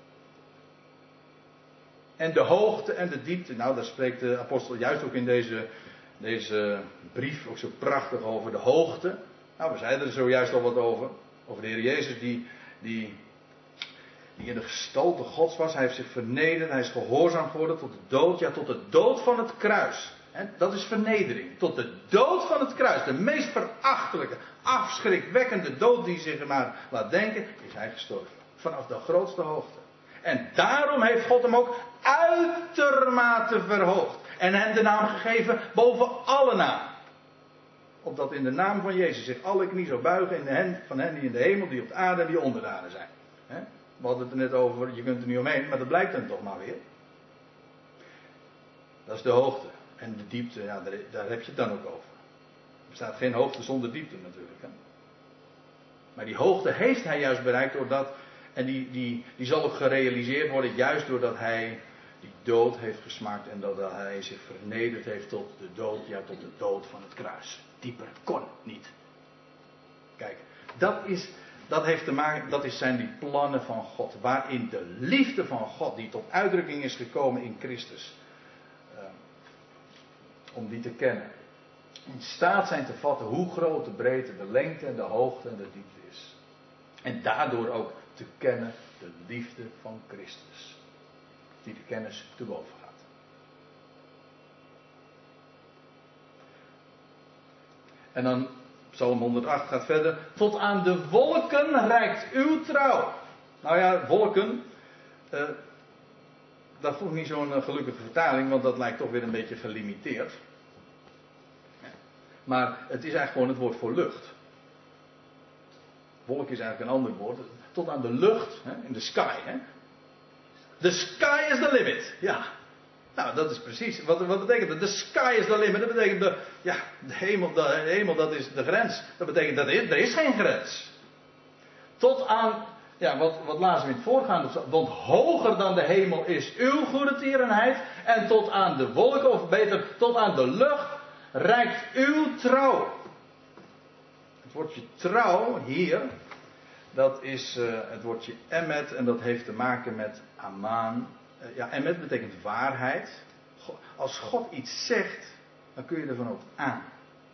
En de hoogte en de diepte, nou daar spreekt de apostel juist ook in deze, deze brief ook zo prachtig over de hoogte. Nou, we zeiden er zojuist al wat over. Over de Heer Jezus die, die, die in de gestalte Gods was. Hij heeft zich vernederd, hij is gehoorzaam geworden tot de dood, ja tot de dood van het kruis. En dat is vernedering. Tot de dood van het kruis. De meest verachtelijke, afschrikwekkende dood die zich maar laat denken, is hij gestorven. Vanaf de grootste hoogte. En daarom heeft God hem ook uitermate verhoogd. En hem de naam gegeven boven alle naam. Opdat in de naam van Jezus zich alle knie zou buigen in de hen, van hen die in de hemel, die op de aarde en die onder de aarde zijn. He? We hadden het er net over, je kunt er niet omheen, maar dat blijkt dan toch maar weer. Dat is de hoogte. En de diepte, ja, daar, daar heb je het dan ook over. Er bestaat geen hoogte zonder diepte natuurlijk. Hè? Maar die hoogte heeft hij juist bereikt doordat, en die, die, die zal ook gerealiseerd worden juist doordat hij die dood heeft gesmaakt en doordat hij zich vernederd heeft tot de dood, ja tot de dood van het kruis. Dieper kon het niet. Kijk, dat is, dat heeft te maken, dat is zijn die plannen van God, waarin de liefde van God die tot uitdrukking is gekomen in Christus, uh, om die te kennen, in staat zijn te vatten hoe groot de breedte, de lengte en de hoogte en de diepte is. En daardoor ook te kennen de liefde van Christus, die de kennis te boven gaat. En dan, Psalm honderdacht gaat verder. Tot aan de wolken reikt uw trouw. Nou ja, wolken. Uh, dat vond ik niet zo'n uh, gelukkige vertaling, want dat lijkt toch weer een beetje gelimiteerd. Maar het is eigenlijk gewoon het woord voor lucht. Wolk is eigenlijk een ander woord. Tot aan de lucht, hè, in de sky. Hè. The sky is the limit. Ja. Nou, dat is precies. Wat, wat betekent dat? The sky is the limit. Dat betekent de, ja, de hemel, de hemel, dat is de grens. Dat betekent dat er, er is geen grens. Tot aan, ja, wat, wat lazen we in het voorgaande. Want hoger dan de hemel is uw goede tierenheid. En tot aan de wolken, of beter, tot aan de lucht, reikt uw trouw. Het woordje trouw hier, dat is uh, het woordje emet en dat heeft te maken met amaan. Uh, ja, emet betekent waarheid. Als God iets zegt, dan kun je ervan ook aan.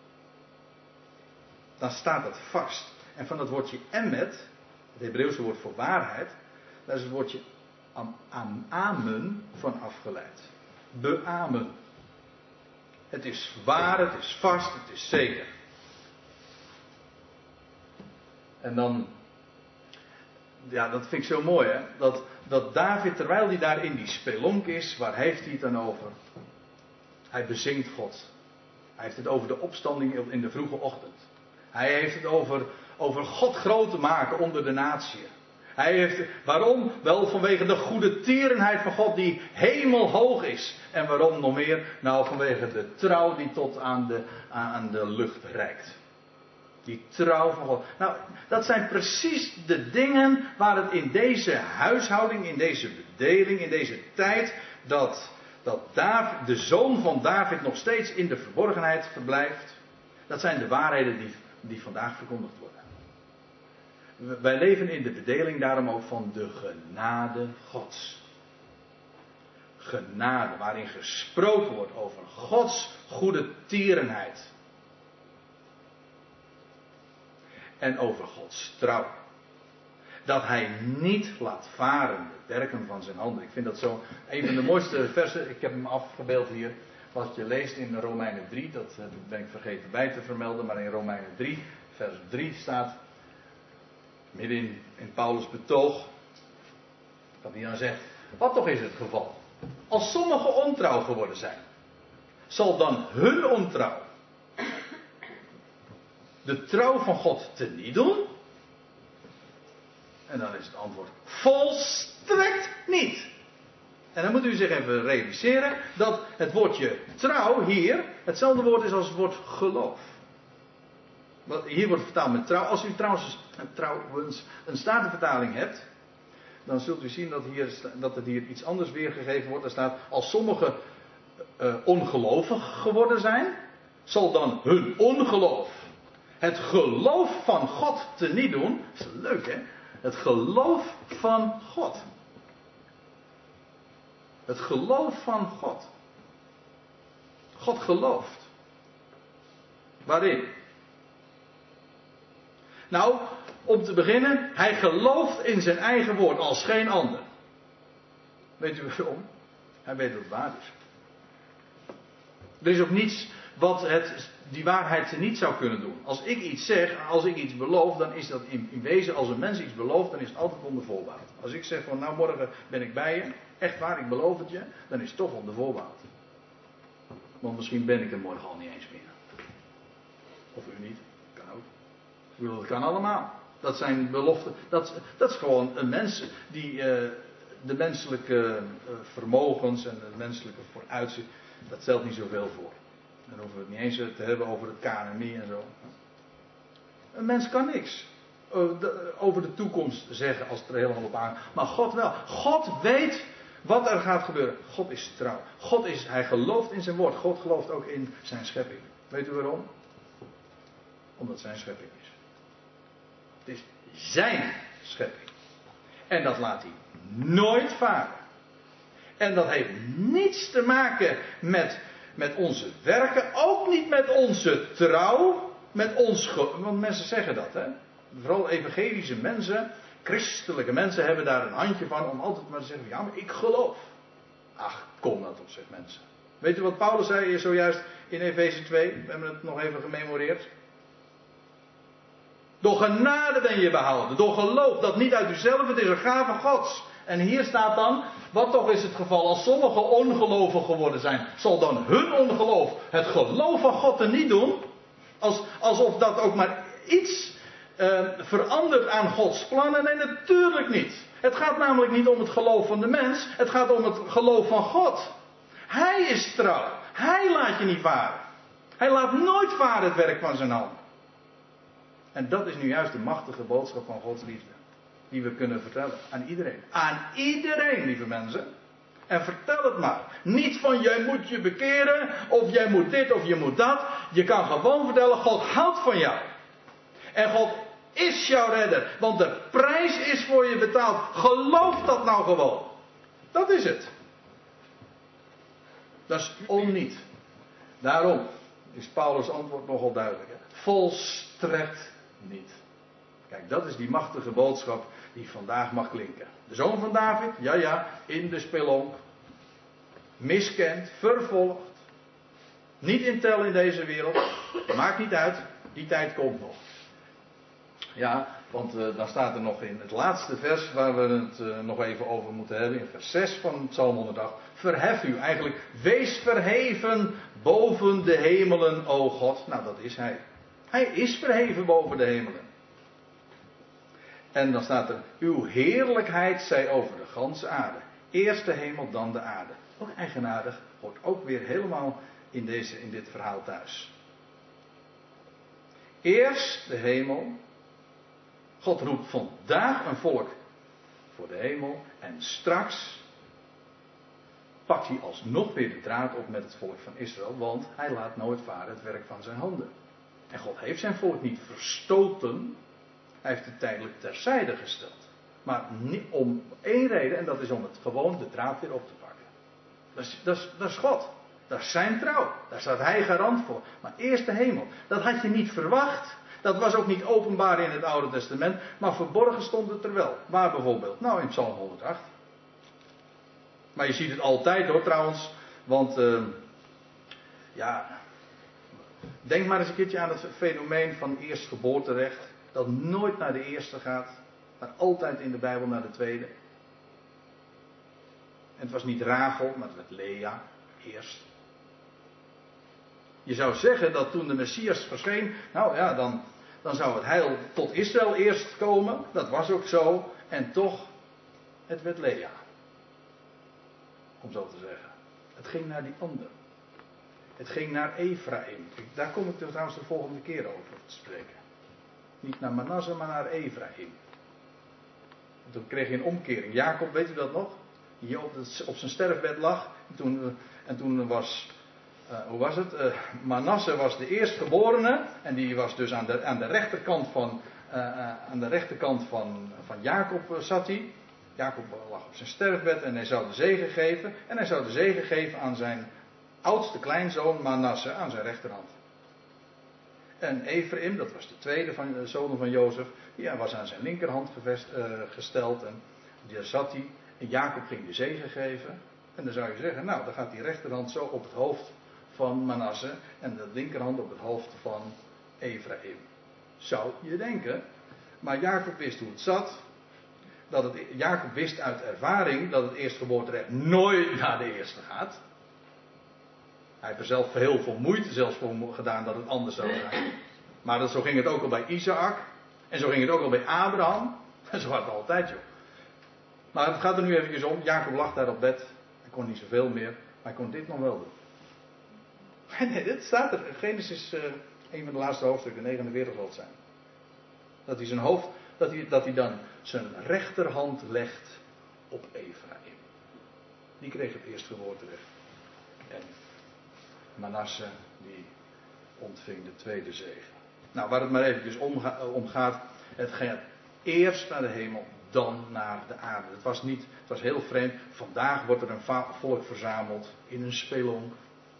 Dan staat dat vast. En van dat woordje emet, het Hebreeuwse woord voor waarheid, daar is het woordje am, am, amen van afgeleid. Beamen. Het is waar, het is vast, het is zeker. En dan, ja, dat vind ik zo mooi, hè. Dat, dat David, terwijl hij daar in die spelonk is, waar heeft hij het dan over? Hij bezingt God. Hij heeft het over de opstanding in de vroege ochtend. Hij heeft het over, over God groot te maken onder de natie. Hij heeft, waarom? Wel vanwege de goede tierenheid van God die hemelhoog is. En waarom nog meer? Nou, vanwege de trouw die tot aan de, aan de lucht reikt. Die trouw van God. Nou, dat zijn precies de dingen waar het in deze huishouding, in deze bedeling, in deze tijd, dat, dat David, de zoon van David nog steeds in de verborgenheid verblijft. Dat zijn de waarheden die, die vandaag verkondigd worden. Wij leven in de bedeling daarom ook van de genade Gods. Genade, waarin gesproken wordt over Gods goede tierenheid. En over Gods trouw. Dat hij niet laat varen de werken van zijn handen. Ik vind dat zo een van de mooiste versen. Ik heb hem afgebeeld hier. Wat je leest in Romeinen drie. Dat ben ik vergeten bij te vermelden. Maar in Romeinen drie, vers drie staat. Midden in, in Paulus' betoog. Dat hij dan zegt. Wat toch is het geval? Als sommigen ontrouw geworden zijn. Zal dan hun ontrouw de trouw van God teniet doen? En dan is het antwoord volstrekt niet. En dan moet u zich even realiseren dat het woordje trouw hier hetzelfde woord is als het woord geloof. Hier wordt vertaald met trouw. Als u trouwens, trouwens een statenvertaling hebt, dan zult u zien dat, hier, dat het hier iets anders weergegeven wordt. Er staat, als sommigen uh, ongelovig geworden zijn, zal dan hun ongeloof het geloof van God teniet doen. Dat is leuk, hè? Het geloof van God. Het geloof van God. God gelooft. Waarin? Nou, om te beginnen, hij gelooft in zijn eigen woord als geen ander. Weet u waarom? Hij weet dat het waar is. Er is ook niets wat het, die waarheid niet zou kunnen doen. Als ik iets zeg, als ik iets beloof, dan is dat in, in wezen, als een mens iets belooft, dan is het altijd onder voorbehoud. Als ik zeg van, nou morgen ben ik bij je, echt waar, ik beloof het je, dan is het toch onder voorbehoud. Want misschien ben ik er morgen al niet eens meer. Of u niet, kan ook. Ik bedoel, dat kan allemaal. Dat zijn beloften, dat, dat is gewoon een mens die uh, de menselijke uh, vermogens en de menselijke vooruitzicht, dat stelt niet zoveel voor. Dan hoeven we het niet eens te hebben over het K N M I en zo. Een mens kan niks over de toekomst zeggen als het er helemaal op aan. Maar God wel. God weet wat er gaat gebeuren. God is trouw. God is, hij gelooft in zijn woord. God gelooft ook in zijn schepping. Weet u waarom? Omdat het zijn schepping is. Het is zijn schepping. En dat laat hij nooit varen. En dat heeft niets te maken met, met onze werken. Ook niet met onze trouw. Met ons ge- want mensen zeggen dat, hè. Vooral evangelische mensen, christelijke mensen hebben daar een handje van om altijd maar te zeggen, ja, maar ik geloof. Ach, kom dat op, zegt mensen. Weet u wat Paulus zei zojuist in Efeze twee? We hebben het nog even gememoreerd. Door genade ben je behouden. Door geloof. Dat niet uit uzelf. Het is een gave Gods. En hier staat dan. Wat toch is het geval. Als sommigen ongelovig geworden zijn. Zal dan hun ongeloof het geloof van God er niet doen. Als, alsof dat ook maar iets uh, verandert aan Gods plannen. Nee, natuurlijk niet. Het gaat namelijk niet om het geloof van de mens. Het gaat om het geloof van God. Hij is trouw. Hij laat je niet varen. Hij laat nooit varen het werk van zijn hand. En dat is nu juist de machtige boodschap van Gods liefde. Die we kunnen vertellen aan iedereen. Aan iedereen, lieve mensen. En vertel het maar. Niet van jij moet je bekeren. Of jij moet dit of je moet dat. Je kan gewoon vertellen. God houdt van jou. En God is jouw redder. Want de prijs is voor je betaald. Geloof dat nou gewoon. Dat is het. Dat is onniet. Daarom is Paulus' antwoord nogal duidelijk. Hè? Volstrekt niet. Kijk, dat is die machtige boodschap die vandaag mag klinken. De zoon van David, ja ja, in de spelonk. Miskend, vervolgd. Niet in tel in deze wereld. Maakt niet uit, die tijd komt nog. Ja, want uh, dan staat er nog in het laatste vers waar we het uh, nog even over moeten hebben. In vers zes van Psalm honderdacht. Verhef u, eigenlijk wees verheven boven de hemelen, o God. Nou, dat is hij. Hij is verheven boven de hemelen. En dan staat er, uw heerlijkheid zij over de ganse aarde. Eerst de hemel, dan de aarde. Ook eigenaardig, hoort ook weer helemaal in, deze, in dit verhaal thuis. Eerst de hemel. God roept vandaag een volk voor de hemel. En straks pakt hij alsnog weer de draad op met het volk van Israël. Want hij laat nooit varen het werk van zijn handen. En God heeft zijn volk niet verstoten. Hij heeft het tijdelijk terzijde gesteld. Maar niet om één reden. En dat is om het gewoon de draad weer op te pakken. Dat is, dat is, dat is God. Dat is zijn trouw. Daar staat hij garant voor. Maar eerst de hemel. Dat had je niet verwacht. Dat was ook niet openbaar in het Oude Testament. Maar verborgen stond het er wel. Waar bijvoorbeeld? Nou, in Psalm honderdacht. Maar je ziet het altijd hoor trouwens. Want uh, ja. Denk maar eens een keertje aan het fenomeen van eerstgeboorterecht. Dat nooit naar de eerste gaat. Maar altijd in de Bijbel naar de tweede. En het was niet Rachel, maar het werd Lea. Eerst. Je zou zeggen dat toen de Messias verscheen. Nou ja, dan, dan zou het heil tot Israël eerst komen. Dat was ook zo. En toch, het werd Lea. Om zo te zeggen. Het ging naar die ander. Het ging naar Ephraim. Daar kom ik er trouwens de volgende keer over te spreken. Niet naar Manasse, maar naar Ephraim. En toen kreeg je een omkering. Jacob, weet u dat nog? Die op, het, op zijn sterfbed lag. En toen, en toen was... Uh, hoe was het? Uh, Manasse was de eerstgeborene. En die was dus aan de, aan de rechterkant van... Uh, uh, aan de rechterkant van, van Jacob uh, zat hij. Jacob lag op zijn sterfbed en hij zou de zegen geven. En hij zou de zegen geven aan zijn oudste kleinzoon Manasse aan zijn rechterhand. En Ephraim, dat was de tweede van de zonen van Jozef, die was aan zijn linkerhand gevest, uh, gesteld. En daar zat hij. En Jacob ging de zegen geven. En dan zou je zeggen, nou, dan gaat die rechterhand zo op het hoofd van Manasse en de linkerhand op het hoofd van Ephraim. Zou je denken. Maar Jacob wist hoe het zat. Dat het, Jacob wist uit ervaring dat het eerstgeboorterecht nooit naar de eerste gaat. Hij heeft er zelf heel veel moeite zelfs voor gedaan dat het anders zou gaan. Maar dat, zo ging het ook al bij Isaac. En zo ging het ook al bij Abraham. En zo gaat het altijd, joh. Maar het gaat er nu eventjes om. Jacob lag daar op bed. Hij kon niet zoveel meer. Maar hij kon dit nog wel doen. Nee, dit staat er. Genesis, uh, een van de laatste hoofdstukken, negenenveertig zal het zijn. Dat hij zijn hoofd, dat hij, dat hij dan zijn rechterhand legt op Ephraim. Die kreeg het eerstgeboorterecht. En Manasse, die ontving de tweede zegen. Nou, waar het maar eventjes om, om gaat. Het gaat eerst naar de hemel, dan naar de aarde. Het was niet, het was heel vreemd. Vandaag wordt er een volk verzameld in een spelonk.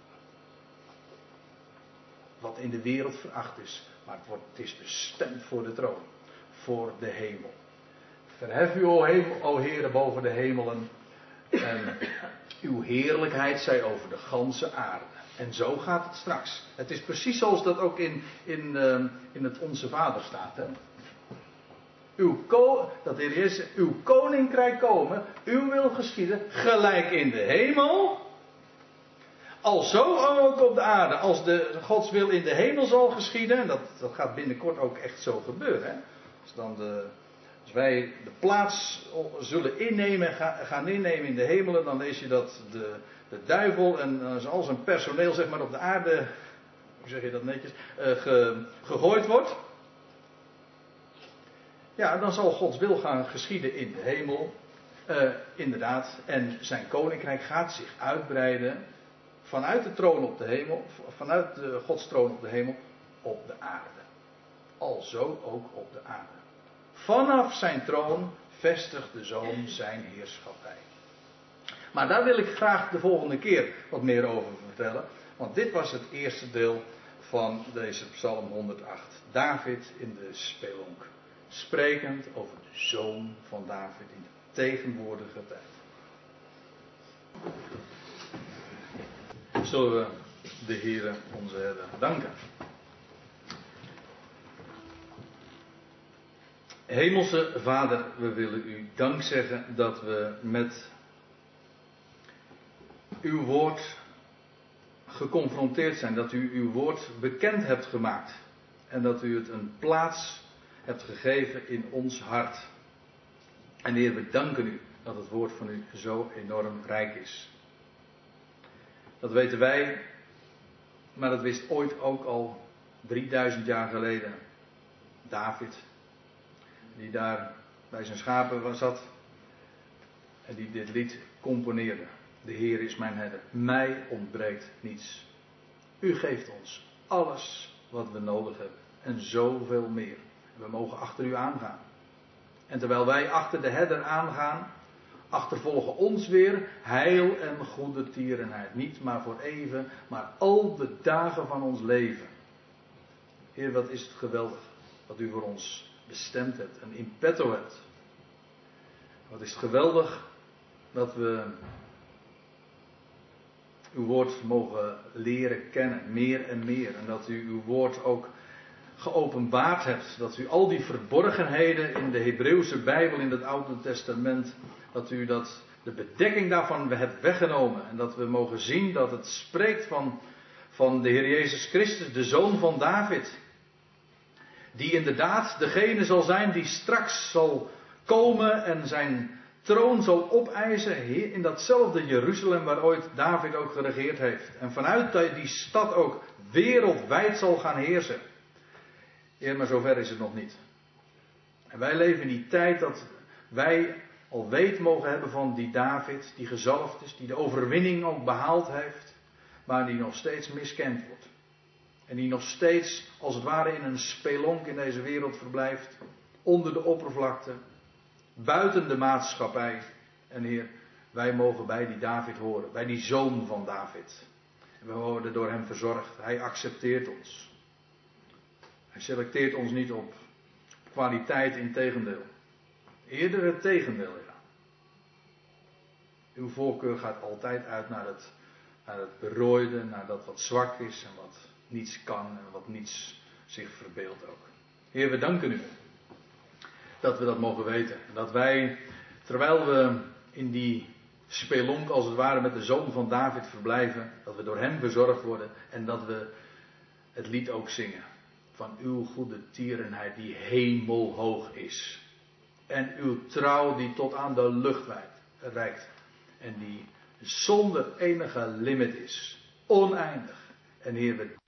Wat in de wereld veracht is. Maar het, wordt, het is bestemd voor de troon. Voor de hemel. Verhef u, o, hemel, o Heere, boven de hemelen. En uw heerlijkheid zij over de ganse aarde. En zo gaat het straks. Het is precies zoals dat ook in, in, uh, in het Onze Vader staat. Hè? Uw, ko- dat hier is, uw koninkrijk komen, uw wil geschieden, gelijk in de hemel. Alzo ook op de aarde. Als de Gods wil in de hemel zal geschieden. En dat, dat gaat binnenkort ook echt zo gebeuren. Hè? Als, dan de, als wij de plaats zullen innemen, ga, gaan innemen in de hemelen. Dan lees je dat de, de duivel en uh, al zijn personeel zeg maar op de aarde. Hoe zeg je dat netjes? Uh, ge, gegooid wordt. Ja, dan zal Gods wil gaan geschieden in de hemel. Uh, inderdaad. En zijn koninkrijk gaat zich uitbreiden. Vanuit de troon op de hemel, vanuit de Gods troon op de hemel, op de aarde. Alzo ook op de aarde. Vanaf zijn troon vestigt de Zoon zijn heerschappij. Maar daar wil ik graag de volgende keer wat meer over vertellen. Want dit was het eerste deel van deze Psalm honderdacht. David in de spelonk. Sprekend over de Zoon van David in de tegenwoordige tijd. Zullen we de Heere onze Herder danken. Hemelse Vader, we willen u dank zeggen dat we met uw woord geconfronteerd zijn. Dat u uw woord bekend hebt gemaakt. En dat u het een plaats hebt gegeven in ons hart. En Heer, we danken u dat het woord van u zo enorm rijk is. Dat weten wij, maar dat wist ooit ook al drieduizend jaar geleden David, die daar bij zijn schapen zat en die dit lied componeerde. De Heer is mijn herder, mij ontbreekt niets. U geeft ons alles wat we nodig hebben en zoveel meer. We mogen achter u aangaan. En terwijl wij achter de herder aangaan, achtervolgen ons weer heil en goede tierenheid. Niet maar voor even, maar al de dagen van ons leven. Heer, wat is het geweldig wat u voor ons bestemd hebt en in petto hebt. Wat is het geweldig dat we uw woord mogen leren kennen, meer en meer. En dat u uw woord ook geopenbaard hebt. Dat u al die verborgenheden in de Hebreeuwse Bijbel, in het Oude Testament, dat u dat, de bedekking daarvan hebt weggenomen. En dat we mogen zien dat het spreekt van, van de Heer Jezus Christus, de Zoon van David. Die inderdaad degene zal zijn die straks zal komen en zijn troon zal opeisen in datzelfde Jeruzalem waar ooit David ook geregeerd heeft. En vanuit die stad ook wereldwijd zal gaan heersen. Heer, maar zover is het nog niet. En wij leven in die tijd dat wij al weet mogen hebben van die David, die gezalfd is, die de overwinning ook behaald heeft, maar die nog steeds miskend wordt. En die nog steeds, als het ware, in een spelonk in deze wereld verblijft, onder de oppervlakte, buiten de maatschappij. En Heer, wij mogen bij die David horen, bij die zoon van David. En we worden door hem verzorgd. Hij accepteert ons. Hij selecteert ons niet op kwaliteit, in tegendeel. Eerder het tegendeel, ja. Uw voorkeur gaat altijd uit naar het, naar het berooide, naar dat wat zwak is en wat niets kan en wat niets zich verbeeldt ook. Heer, we danken u dat we dat mogen weten. Dat wij, terwijl we in die spelonk als het ware met de zoon van David verblijven, dat we door hem verzorgd worden en dat we het lied ook zingen. Van uw goede tierenheid die hemelhoog is. En uw trouw die tot aan de lucht reikt. En die zonder enige limit is. Oneindig. En Heer, we